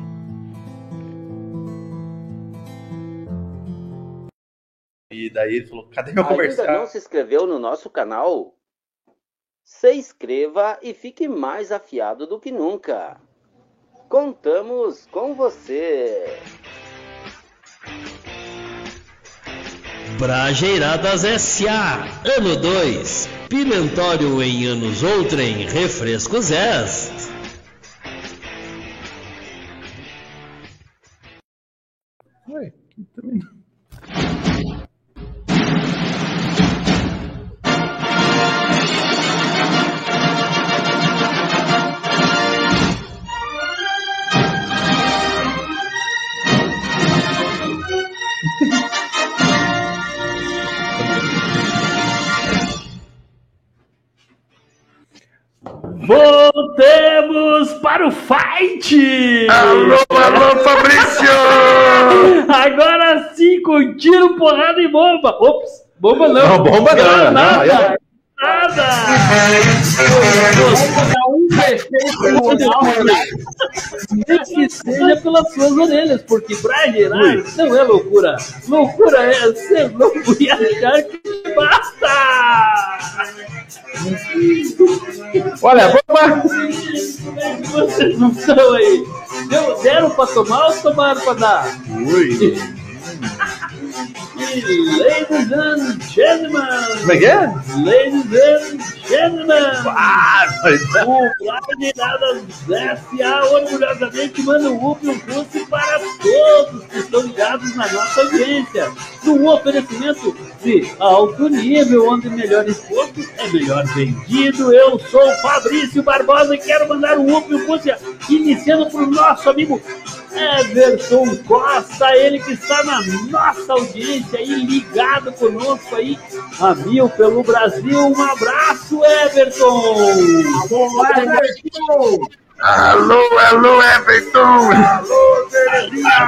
Speaker 6: E daí ele falou, cadê meu comercial?
Speaker 4: Ainda não se inscreveu no nosso canal? Se inscreva e fique mais afiado do que nunca. Contamos com você.
Speaker 5: Brajeiradas S.A. Ano 2. Pimentório em anos outrem. Refrescos S.
Speaker 6: Ué, também não.
Speaker 1: Voltemos para o fight!
Speaker 3: Alô, alô, Fabrício!
Speaker 1: Agora sim, com tiro, porrada e bomba! Ops! Bomba não.
Speaker 6: Não, bomba não.
Speaker 1: Nada. Nada. Nem que seja pelas suas orelhas, porque pra gerar não é loucura. Loucura é ser louco e achar que basta.
Speaker 6: Olha, bomba.
Speaker 1: Vocês não estão aí. Deram pra tomar ou tomaram pra dar?
Speaker 6: Ui.
Speaker 1: Ladies and gentlemen.
Speaker 6: Como é que é?
Speaker 1: Ladies and gentlemen.
Speaker 6: O
Speaker 1: Guardianadas S.A. orgulhosamente manda um UP e um curso para todos que estão ligados na nossa audiência. No oferecimento de alto nível, onde melhor exposto é melhor vendido. Eu sou o Fabrício Barbosa e quero mandar um UP e um curso iniciando para o nosso amigo Everton Costa, ele que está na nossa audiência aí, ligado conosco aí, a mil pelo Brasil. Um abraço, Everton!
Speaker 2: Alô, Everton!
Speaker 6: Alô, Everton!
Speaker 1: Alô, Terezinha!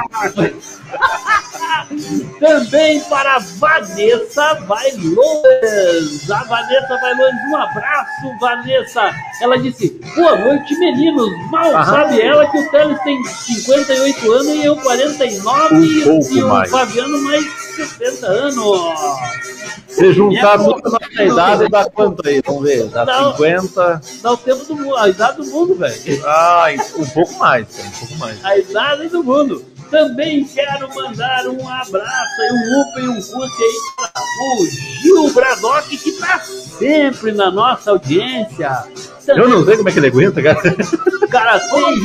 Speaker 1: Também para Vanessa Vailões. A Vanessa Vailões, um abraço, Vanessa. Ela disse, boa noite, meninos. Mal sabe ela que o Teles tem 58 anos e eu 49 e o
Speaker 6: mais.
Speaker 1: Fabiano mais 60 anos.
Speaker 6: Se juntar toda a nossa idade, dá quanto aí? Vamos ver, dá 50...
Speaker 1: Dá o tempo do mundo, a idade do mundo, velho.
Speaker 6: Ah, um pouco mais,
Speaker 1: A idade do mundo. Também quero mandar um abraço e um UPA e um curso aí para o Gil Bradock, que está sempre na nossa audiência. Também,
Speaker 6: eu não sei como é que ele aguenta, cara.
Speaker 1: Cara,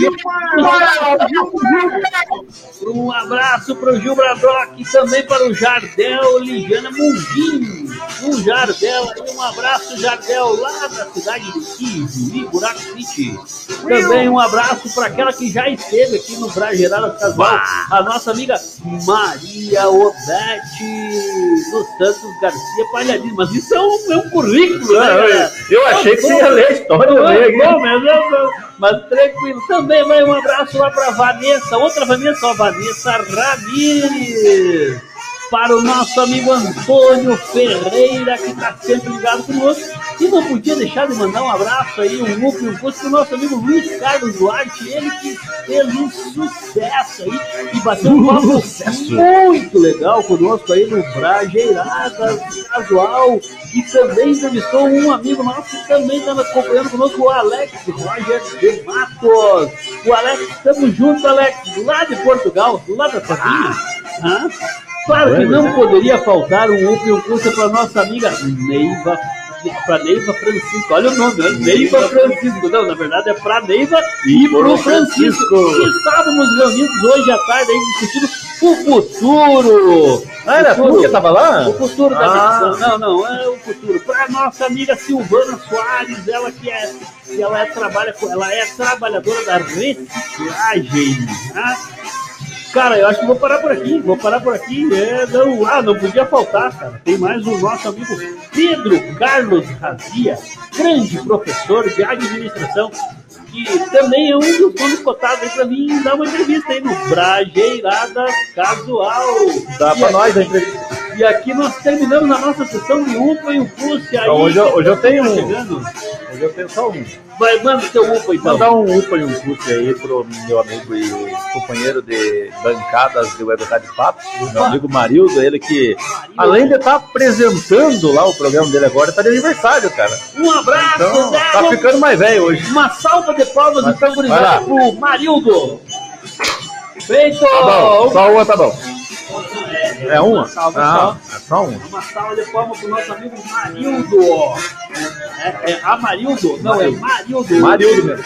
Speaker 1: um abraço para o Gil Bradock, também para o Jardel Ligiana Mundim. O Jardel, um abraço, Jardel, lá da cidade de Ijuí, Buraco City. Também um abraço para aquela que já esteve aqui no Brageiradas Casual, a nossa amiga Maria Odete dos Santos Garcia Palhadinho. Mas isso é um currículo, né?
Speaker 6: Eu achei que você ia ler a história
Speaker 1: mas tranquilo. Também vai um abraço lá para Vanessa, outra Vanessa, ó, Vanessa Ramires. Para o nosso amigo Antônio Ferreira, que está sempre ligado conosco. E não podia deixar de mandar um abraço aí, um UP e um curso para o nosso amigo Luiz Carlos Duarte, ele que fez um sucesso aí e bateu um papo muito legal conosco aí no Brageiradas Casual. E também entrevistou um amigo nosso que também está acompanhando conosco, o Alex Roger de Matos. O Alex, estamos juntos, Alex, lá de Portugal, do lado da Savinha. Claro que não poderia faltar um UP e um curso para nossa amiga Neiva, para Neiva Francisco. Olha o nome, né? Neiva Francisco. Não, na verdade é para Neiva e para o Francisco. E estávamos reunidos hoje à tarde aí discutindo o futuro.
Speaker 6: Era tu que estava lá?
Speaker 1: O futuro da medição. Não, é o futuro. Para nossa amiga Silvana Soares, ela que é. Ela é trabalhadora da reciclagem. Né? Cara, eu acho que vou parar por aqui. Não podia faltar, cara. Tem mais o nosso amigo Pedro Carlos Razia, grande professor de administração, que também é um dos nomes cotados aí pra vir dar uma entrevista aí no Brageiradas Casual.
Speaker 6: Dá pra nós a entrevista.
Speaker 1: E aqui nós terminamos a nossa sessão de UPA e o curso.
Speaker 6: Então, hoje eu tenho Hoje eu tenho só um.
Speaker 1: Vai, manda o teu UPA então.
Speaker 6: Mandar um UPA e um curso aí pro meu amigo e companheiro de bancadas de Web Rádio Fatos, meu amigo Marildo, ele que, além de estar apresentando lá o programa dele agora, está de aniversário, cara.
Speaker 1: Um abraço,
Speaker 6: então, tá ficando mais velho hoje.
Speaker 1: Uma salva de palmas e tamborizadas pro Marildo. Feito!
Speaker 6: Tá bom, só uma tá bom. É uma?
Speaker 1: É só uma. Uma salva de palmas pro nosso amigo Marildo. É Amarildo? Não, é Marildo.
Speaker 6: Marildo mesmo.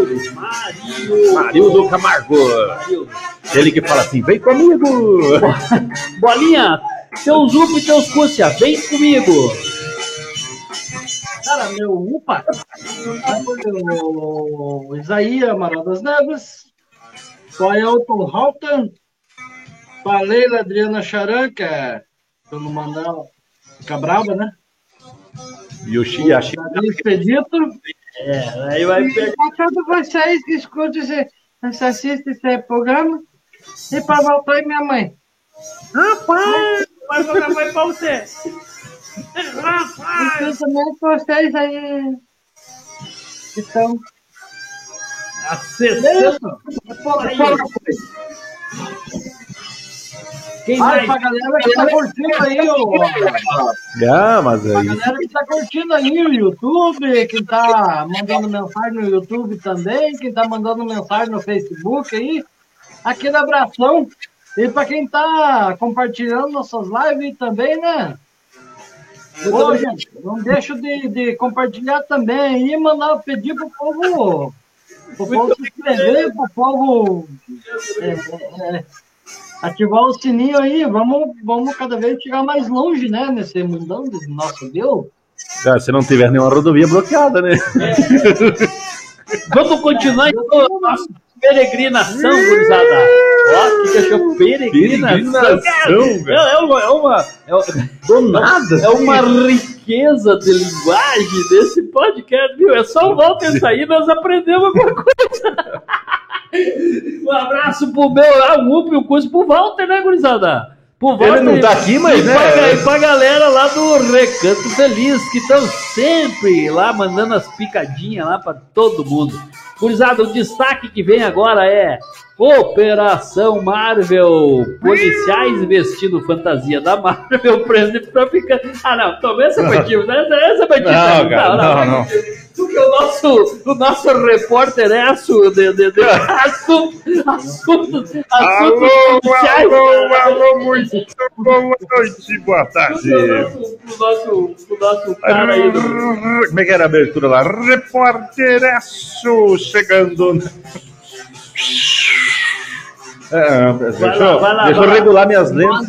Speaker 6: Marildo Camargo. Ele que fala assim, vem comigo.
Speaker 1: Bolinha, teus UPA e teus Cúcia, vem comigo.
Speaker 2: Cara, meu UPA, o Isaías Amaral das Neves, o Ailton Halton, a Leila Adriana Charan, que é do Mandal, fica brava, né?
Speaker 6: E o Chia.
Speaker 2: Expedito.
Speaker 1: Aí vai pegar.
Speaker 2: Todos vocês que escutam, assistem esse programa, e para voltar e minha mãe.
Speaker 1: Rapaz! Mas foi pra você.
Speaker 2: Rapaz! Também vocês aí. Então.
Speaker 1: Acessando. Quem
Speaker 2: Ai,
Speaker 1: mais?
Speaker 2: pra galera que tá curtindo aí,
Speaker 6: Mas
Speaker 2: pra galera que tá curtindo aí o YouTube, quem tá mandando mensagem no YouTube também, quem tá mandando mensagem no Facebook aí, aquele abração. E pra quem tá compartilhando nossas lives também, né? Ô, gente, não deixa de compartilhar também e mandar pedir pro povo se inscrever, pro povo ativar o sininho aí. Vamos cada vez chegar mais longe, né? Nesse mundão do nosso Deus.
Speaker 6: Cara, se não tiver nenhuma rodovia bloqueada, né?
Speaker 1: Vamos continuar então a nossa peregrinação, gurizada. Ó, o que achou? Peregrinação, do nada. É uma riqueza de linguagem desse podcast, viu? É só o Walter sair e nós aprendemos alguma coisa. Um abraço pro meu, um curso pro Walter, né, gurizada?
Speaker 6: Ele não tá aqui, mas
Speaker 1: né? E pra galera lá do Recanto Feliz, que estão sempre lá mandando as picadinhas lá pra todo mundo. Gurizada, o destaque que vem agora é Operação Marvel. Policiais vestindo fantasia da Marvel prendem traficante. Não, também essa foi tipo, né? Essa foi tipo. Não. Porque o nosso repórter é assuntos policiais.
Speaker 7: Alô, muito boa noite, boa tarde.
Speaker 1: O nosso cara aí do...
Speaker 7: Como é que era a abertura lá? Repórtereço chegando.
Speaker 6: Deixa eu regular minhas lentes.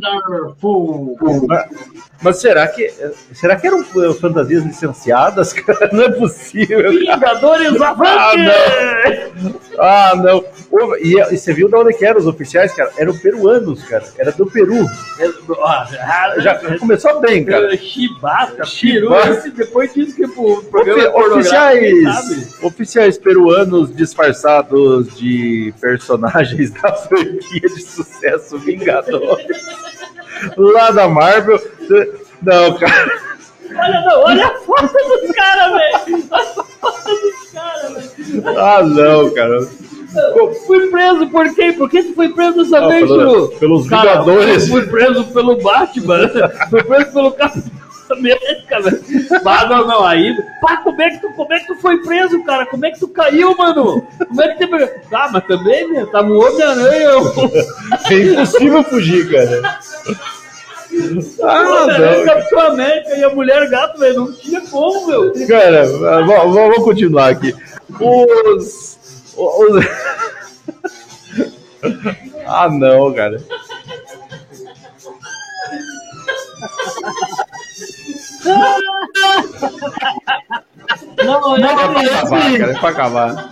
Speaker 6: Mas será que eram fantasias licenciadas, cara? Não é possível.
Speaker 1: Vingadores
Speaker 6: Avante! Não. E você viu de onde que eram os oficiais, cara? Eram peruanos, cara. Era do Peru. Já começou bem, cara.
Speaker 1: Chibata, Peru. Depois disso que o programa
Speaker 6: oficiais peruanos disfarçados de personagens da franquia de sucesso Vingadores. Lá da Marvel. Não, cara.
Speaker 1: Olha a foto dos caras, velho. A foto dos caras, velho.
Speaker 6: Não, cara.
Speaker 1: Fui preso por quem? Por que tu foi preso dessa vez, Churu?
Speaker 6: Pelos Vingadores.
Speaker 1: Fui preso pelo Batman. Fui preso pelo Capitão América, velho. Não, aí. Pá, como é que tu foi preso, cara? Como é que tu caiu, mano? Como é que tu... mas também, né? Tava um Homem-Aranha.
Speaker 6: É impossível fugir, cara.
Speaker 1: Não. Capitão América e a Mulher Gato, velho. Não tinha como, meu.
Speaker 6: Cara, vamos continuar aqui. Não, cara.
Speaker 2: Não,
Speaker 6: é pra acabar.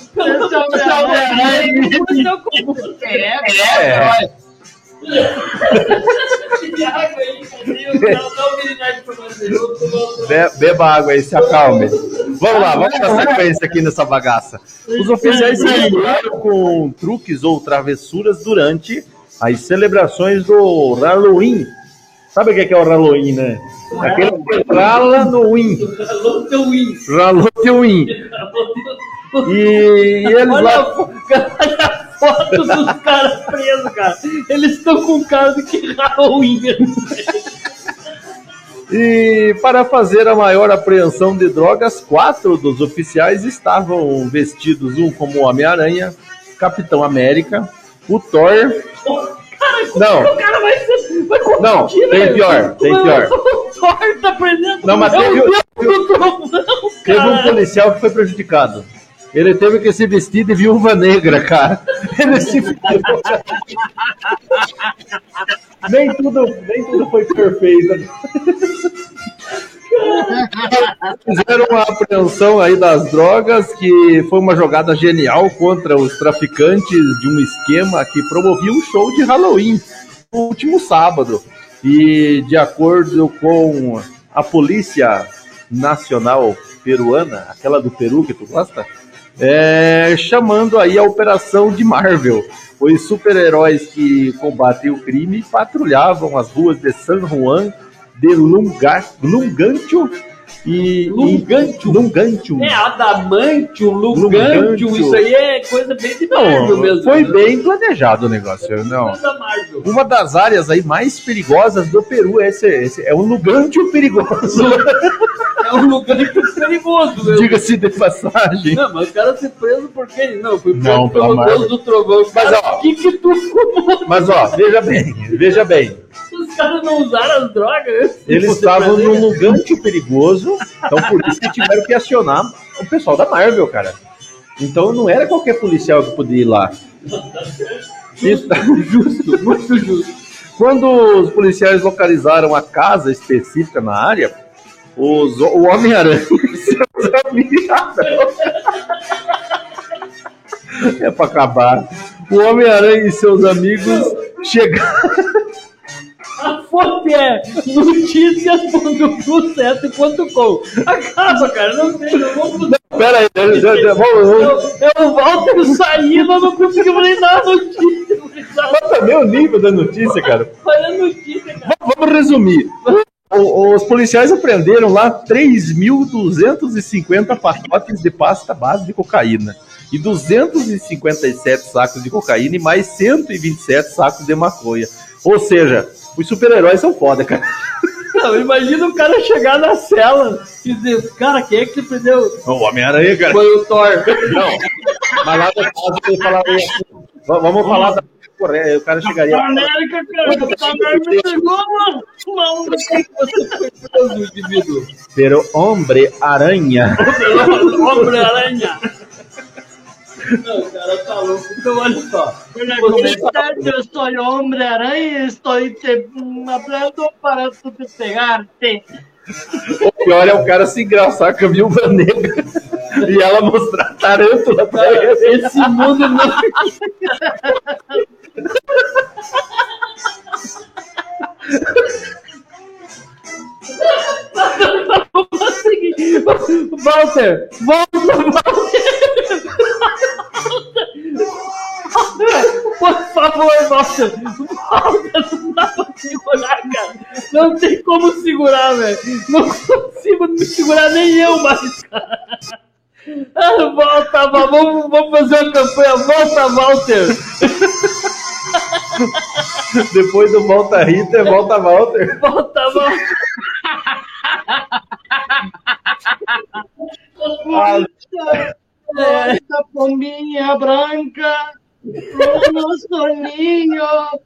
Speaker 6: Beba água aí, se acalme. Vamos lá, vamos dar sequência aqui nessa bagaça. Os oficiais se encontraram com truques ou travessuras durante as celebrações do Halloween. Sabe o que é o Halloween, né? Aquele que rala no win. Halloween. E eles lá...
Speaker 1: Olha a foto dos caras presos, cara. Eles estão com cara de que Halloween.
Speaker 6: E para fazer a maior apreensão de drogas, 4 dos oficiais estavam vestidos, um como Homem-Aranha, Capitão América, o Thor... Não, não, tem pior.
Speaker 1: O Thor tá prendendo.
Speaker 6: Não, mas teve um policial que foi prejudicado. Ele teve que se vestir de viúva negra, cara. Ele se nem tudo foi perfeito. Fizeram uma apreensão aí das drogas, que foi uma jogada genial contra os traficantes de um esquema que promovia um show de Halloween no último sábado. E de acordo com a Polícia Nacional Peruana, aquela do Peru que tu gosta, chamando aí a Operação de Marvel. Os super-heróis que combatem o crime patrulhavam as ruas de San Juan de Lungantium e Lungantium.
Speaker 1: Adamantium, Lungantium, isso aí é coisa bem de Marvel mesmo.
Speaker 6: Foi bem planejado o negócio. Não. Uma das áreas aí mais perigosas do Peru, esse é um Lungantium perigoso.
Speaker 1: É um Lungantium perigoso mesmo.
Speaker 6: Diga-se de passagem.
Speaker 1: Não, mas o cara se preso porque ele não foi
Speaker 6: preso
Speaker 1: pelo Deus do trovão. Mas ó, que tu fumou?
Speaker 6: Mas ó, veja bem.
Speaker 1: Os caras não usaram as drogas.
Speaker 6: Eles estavam num Lungantium perigoso, então por isso que tiveram que acionar o pessoal da Marvel, cara. Então não era qualquer policial que podia ir lá.
Speaker 1: Justo, muito justo.
Speaker 6: Quando os policiais localizaram a casa específica na área, o Homem-Aranha e seus amigos... É pra acabar. O Homem-Aranha e seus amigos chegaram...
Speaker 1: A fonte é noticias.com. Acaba, cara, não tem, não vamos...
Speaker 6: Pera aí,
Speaker 1: o Walter saindo, eu não conseguimos nem dar a notícia.
Speaker 6: Mas também o nível da notícia, cara.
Speaker 1: Olha a notícia, cara.
Speaker 6: Vamos resumir. Os policiais apreenderam lá 3.250 pacotes de pasta base de cocaína e 257 sacos de cocaína e mais 127 sacos de maconha. Ou seja, os super-heróis são foda, cara.
Speaker 1: Não, imagina o cara chegar na cela e dizer, cara, quem é que você prendeu?
Speaker 6: O Homem-Aranha, cara.
Speaker 1: Foi o Thor.
Speaker 6: Não, mas lá da casa ele falaria assim, vamos falar da... O cara chegaria...
Speaker 1: América, cara, me pegou, mano. Não sei que você foi preso, indivíduo.
Speaker 6: Pero Homem-Aranha.
Speaker 1: Homem-Aranha. Não, cara, tá louco. Então, olha só.
Speaker 2: Eu sou Homem-Aranha e estou te falando para tu te pegar-te.
Speaker 6: O pior é o cara se engraçar com a Viúva Negra e ela mostrar a tarântula pra ele.
Speaker 1: Esse mundo não... Walter! Por favor, Walter! Não dá pra segurar, cara! Não tem como segurar, velho! Não consigo me segurar, nem eu mais, cara! Volta, vamos fazer uma campanha! Volta, Walter!
Speaker 6: Depois do Volta Rita, volta Walter.
Speaker 1: Volta, Walter!
Speaker 2: Volta, pombinha branca, no soninho.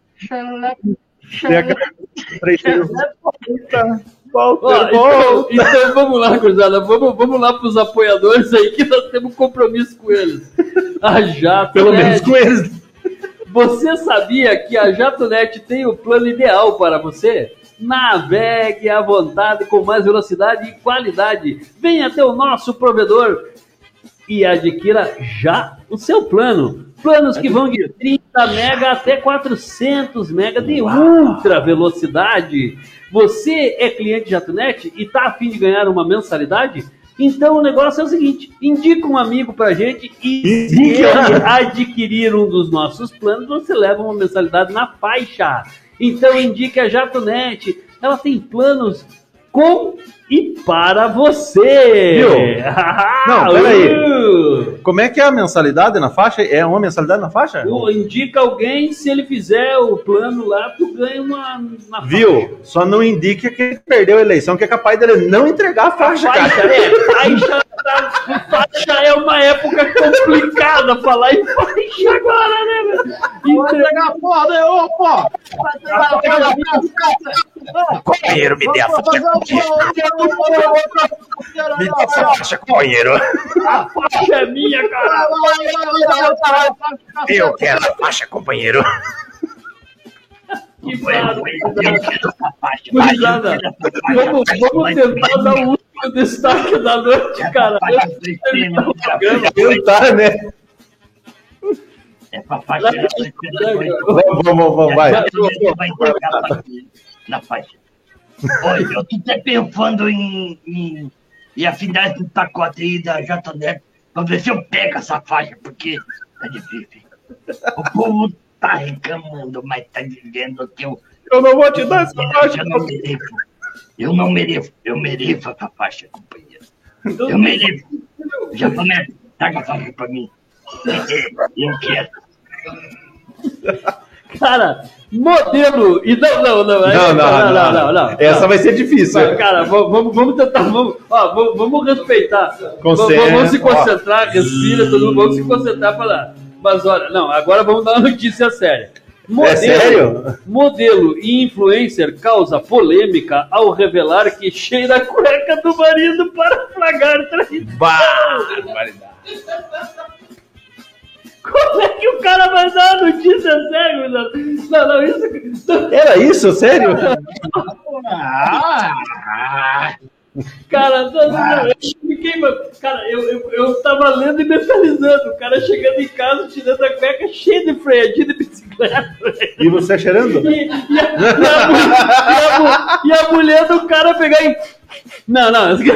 Speaker 1: Volta. Então vamos lá, cruzada. Vamos lá pros apoiadores aí que nós temos um compromisso com eles. A Jato,
Speaker 6: pelo menos com eles.
Speaker 1: Você sabia que a JatoNet tem o plano ideal para você? Navegue à vontade com mais velocidade e qualidade. Venha até o nosso provedor e adquira já o seu plano. Planos que vão de 30 mega até 400 mega de ultra velocidade. Você é cliente JatoNet e está a fim de ganhar uma mensalidade? Então o negócio é o seguinte, indica um amigo pra gente e se ele adquirir um dos nossos planos, você leva uma mensalidade na faixa. Então indique a JatoNet, ela tem planos com e para você.
Speaker 6: Viu? Não, peraí. Como é que é a mensalidade na faixa? É uma mensalidade na faixa?
Speaker 1: Indica alguém, se ele fizer o plano lá, tu ganha uma na faixa.
Speaker 6: Viu? Só não indique que ele perdeu a eleição, que é capaz dele não entregar a faixa, cara.
Speaker 1: Faixa é uma época complicada falar em faixa agora, né, velho?
Speaker 2: Entregar a porra, né? Opa!
Speaker 6: Companheiro, me dê a faixa. Me dê essa faixa, companheiro.
Speaker 1: A faixa é minha, cara.
Speaker 6: Eu quero a faixa, companheiro.
Speaker 1: Que barulho. Vamos tentar dar o último destaque da noite, cara.
Speaker 6: Tentar, né?
Speaker 2: É pra faixa.
Speaker 6: Vamos, vai.
Speaker 2: Vai entregar na faixa. Olha, eu tô até pensando em afinar esse pacote aí da JatoNet Vamos ver se eu pego essa faixa, porque tá difícil. O povo tá reclamando, mas tá dizendo que eu
Speaker 6: não vou te dar essa faixa.
Speaker 2: Eu não mereço. Eu mereço essa faixa, companheiro. Eu mereço. Já começa. Traga a faixa pra mim. Eu quero.
Speaker 1: Cara, modelo. E não.
Speaker 6: Essa vai ser difícil.
Speaker 1: Mas, cara, vamos tentar. Vamos respeitar. Vamos se concentrar, respira, todo mundo. Vamos se concentrar para lá. Mas olha, não, agora vamos dar uma notícia séria.
Speaker 6: É sério?
Speaker 1: Modelo e influencer causa polêmica ao revelar que cheira a cueca do marido para flagar traição.
Speaker 6: Barbaridade.
Speaker 1: Como é que o cara vai dar a notícia séria? Não, isso...
Speaker 6: Era isso? Sério?
Speaker 1: Cara, eu tava lendo e mentalizando. O cara chegando em casa, tirando a cueca cheia de freadinha de bicicleta.
Speaker 6: E você cheirando?
Speaker 1: E a mulher do cara pegar e... Não.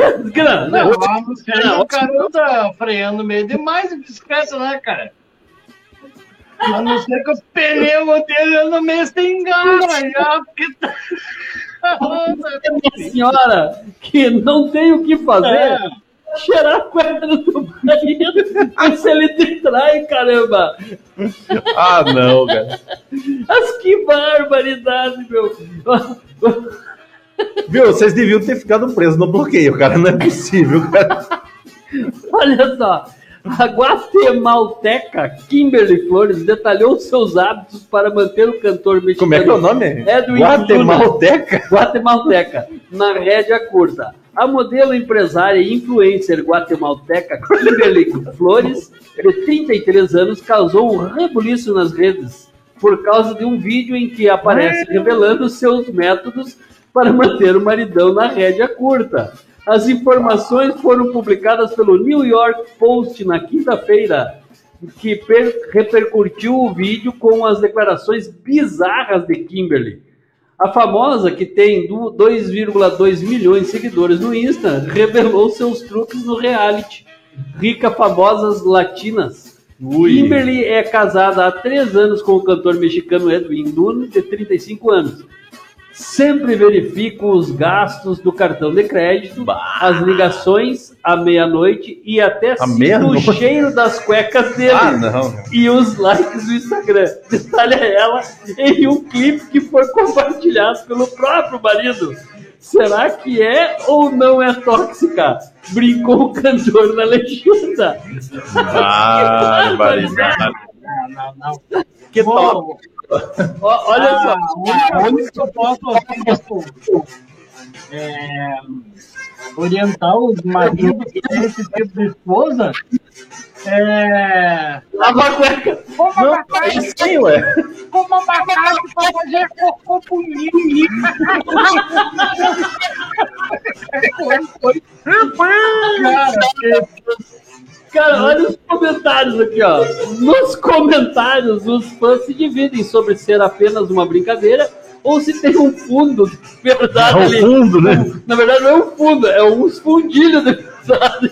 Speaker 2: O cara tá freando meio demais de bicicleta, né, cara? A não ser que o pneu dele no meio tem garra já, porque tá...
Speaker 1: Minha senhora, que não tem o que fazer, cheirar a cueca do marido, mas se ele te trai, caramba.
Speaker 6: Ah, não, cara.
Speaker 1: Mas que barbaridade, meu.
Speaker 6: Viu, vocês deviam ter ficado presos no bloqueio, cara, não é possível, cara.
Speaker 1: Olha só. A guatemalteca Kimberly Flores detalhou seus hábitos para manter o cantor mexicano.
Speaker 6: Como é que é o nome?
Speaker 1: Edwin
Speaker 6: Guatemalteca?
Speaker 1: Guatemalteca, na rédea curta. A modelo, empresária e influencer guatemalteca Kimberly Flores, de 33 anos, causou um rebuliço nas redes por causa de um vídeo em que aparece revelando seus métodos para manter o maridão na rédea curta. As informações foram publicadas pelo New York Post na quinta-feira, que repercutiu o vídeo com as declarações bizarras de Kimberly. A famosa, que tem 2,2 milhões de seguidores no Insta, revelou seus truques no reality Rica Famosas Latinas. Kimberly é casada há 3 anos com o cantor mexicano Edwin Luna, de 35 anos. Sempre verifico os gastos do cartão de crédito, as ligações à meia-noite e até sinto o cheiro das cuecas dele e os likes do Instagram. Detalha ela em um clipe que foi compartilhado pelo próprio marido. Será que é ou não é tóxica? Brincou o cantor na legenda.
Speaker 6: Barbaridade.
Speaker 2: Não.
Speaker 1: Que top. Olha só.
Speaker 2: O único que eu posso orientar os maridos que têm esse tipo de esposa
Speaker 1: lava a cueca.
Speaker 2: Como abacate,
Speaker 6: ué.
Speaker 2: Como abacate pra fazer cocô bonito.
Speaker 1: Cara, olha os comentários aqui, ó. Nos comentários, os fãs se dividem sobre ser apenas uma brincadeira ou se tem um fundo de verdade ali.
Speaker 6: É um fundo, né?
Speaker 1: Na verdade, não é um fundo, é uns fundilhos de verdade.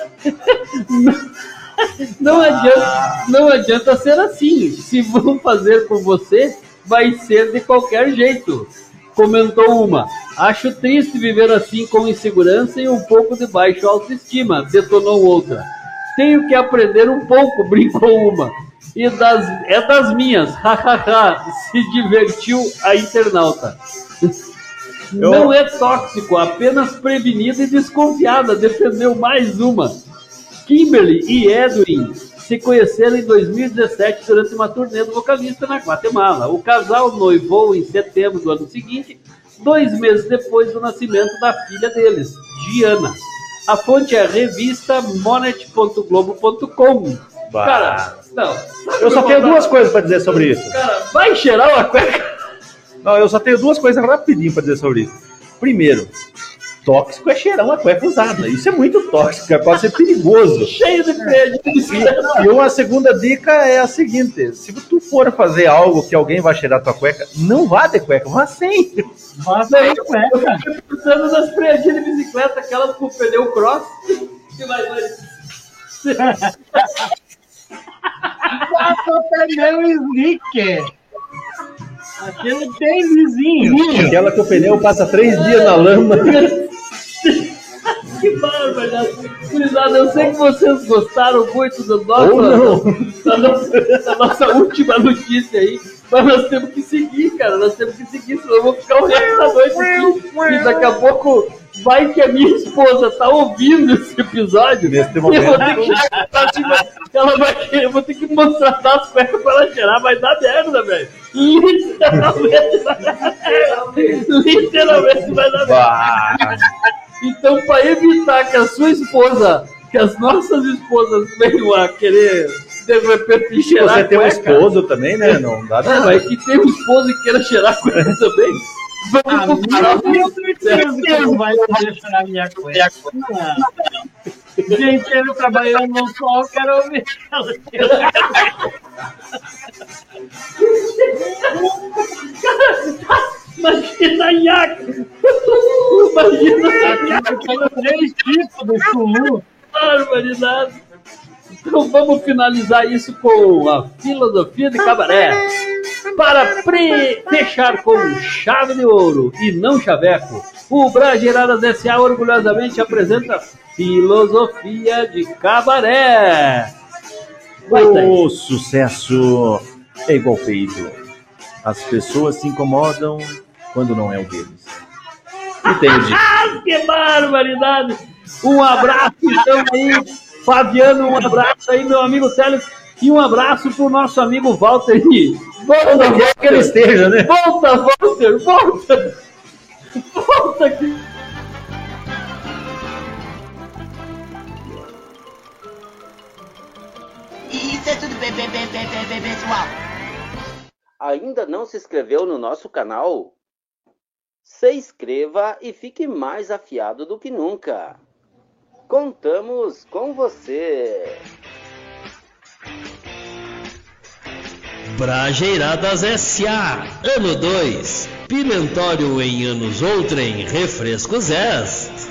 Speaker 1: Não adianta ser assim. Se vão fazer com você, vai ser de qualquer jeito. Comentou uma. Acho triste viver assim com insegurança e um pouco de baixa autoestima. Detonou outra. Tenho que aprender um pouco, brincou uma. E das minhas, hahaha, se divertiu a internauta. Não é tóxico, apenas prevenida e desconfiada, defendeu mais uma. Kimberly e Edwin se conheceram em 2017 durante uma turnê do vocalista na Guatemala. O casal noivou em setembro do ano seguinte, 2 meses depois do nascimento da filha deles, Gianna. A fonte é a revista monet.globo.com. Cara, não.
Speaker 6: Eu só tenho 2 coisas para dizer sobre isso.
Speaker 1: Cara, vai cheirar uma cueca?
Speaker 6: Não, eu só tenho 2 coisas rapidinho para dizer sobre isso. Primeiro, tóxico é cheirar uma cueca usada. Isso é muito tóxico, pode ser perigoso.
Speaker 1: Cheio de prédio.
Speaker 6: E uma segunda dica é a seguinte: se tu for fazer algo que alguém vai cheirar tua cueca, não vá de cueca, vá sem.
Speaker 2: Vá sem cueca.
Speaker 1: Eu fiquei pensando nas freadinhas de bicicleta, aquelas com o pneu cross. Que vai.
Speaker 2: Passou pneu slicker. Aquele tênisinho.
Speaker 6: Aquela que o pneu passa 3 dias na lama.
Speaker 1: Que bárbaro! Cuidado, eu sei que vocês gostaram muito da nossa última notícia aí, mas nós temos que seguir, cara. Nós temos que seguir, senão eu vou ficar o resto da noite aqui. E daqui a pouco vai que a minha esposa tá ouvindo esse episódio.
Speaker 6: Nesse momento.
Speaker 1: Eu vou ter que mostrar as cuecas pra ela cheirar, vai dar merda, velho. Literalmente vai dar merda. Então, para evitar que a sua esposa, que as nossas esposas venham a querer, de repente, cheirar
Speaker 6: você tem um esposo também, né? Não dá nada.
Speaker 1: Mas que tem um esposo e queira cheirar a cueca também. Vamos pro
Speaker 2: Eu certeza que não vai poder cheirar minha cueca. Gente, ele trabalhando no sol, quero ouvir ela cheirar.
Speaker 1: Imagina a Iaca! Imagina a Iaca!
Speaker 2: Tem 3 tipos de chulu.
Speaker 1: Barbaridade! Então vamos finalizar isso com a filosofia de cabaré. Para fechar com chave de ouro e não chaveco, o Brageiradas S.A. orgulhosamente apresenta filosofia de cabaré.
Speaker 6: O sucesso é igual peito. As pessoas se incomodam quando não é o deles. Entendi.
Speaker 1: Que barbaridade! Um abraço então aí, Fabiano, um abraço aí, meu amigo Teles, e um abraço pro nosso amigo Walter. Volta,
Speaker 6: onde quer que ele esteja, né?
Speaker 1: Volta, Walter, volta! Volta aqui!
Speaker 11: Isso é tudo bem, pessoal.
Speaker 4: Ainda não se inscreveu no nosso canal? Se inscreva e fique mais afiado do que nunca. Contamos com você.
Speaker 5: Brageiradas S.A. Ano 2. Pimentório em anos outrem, refrescos S.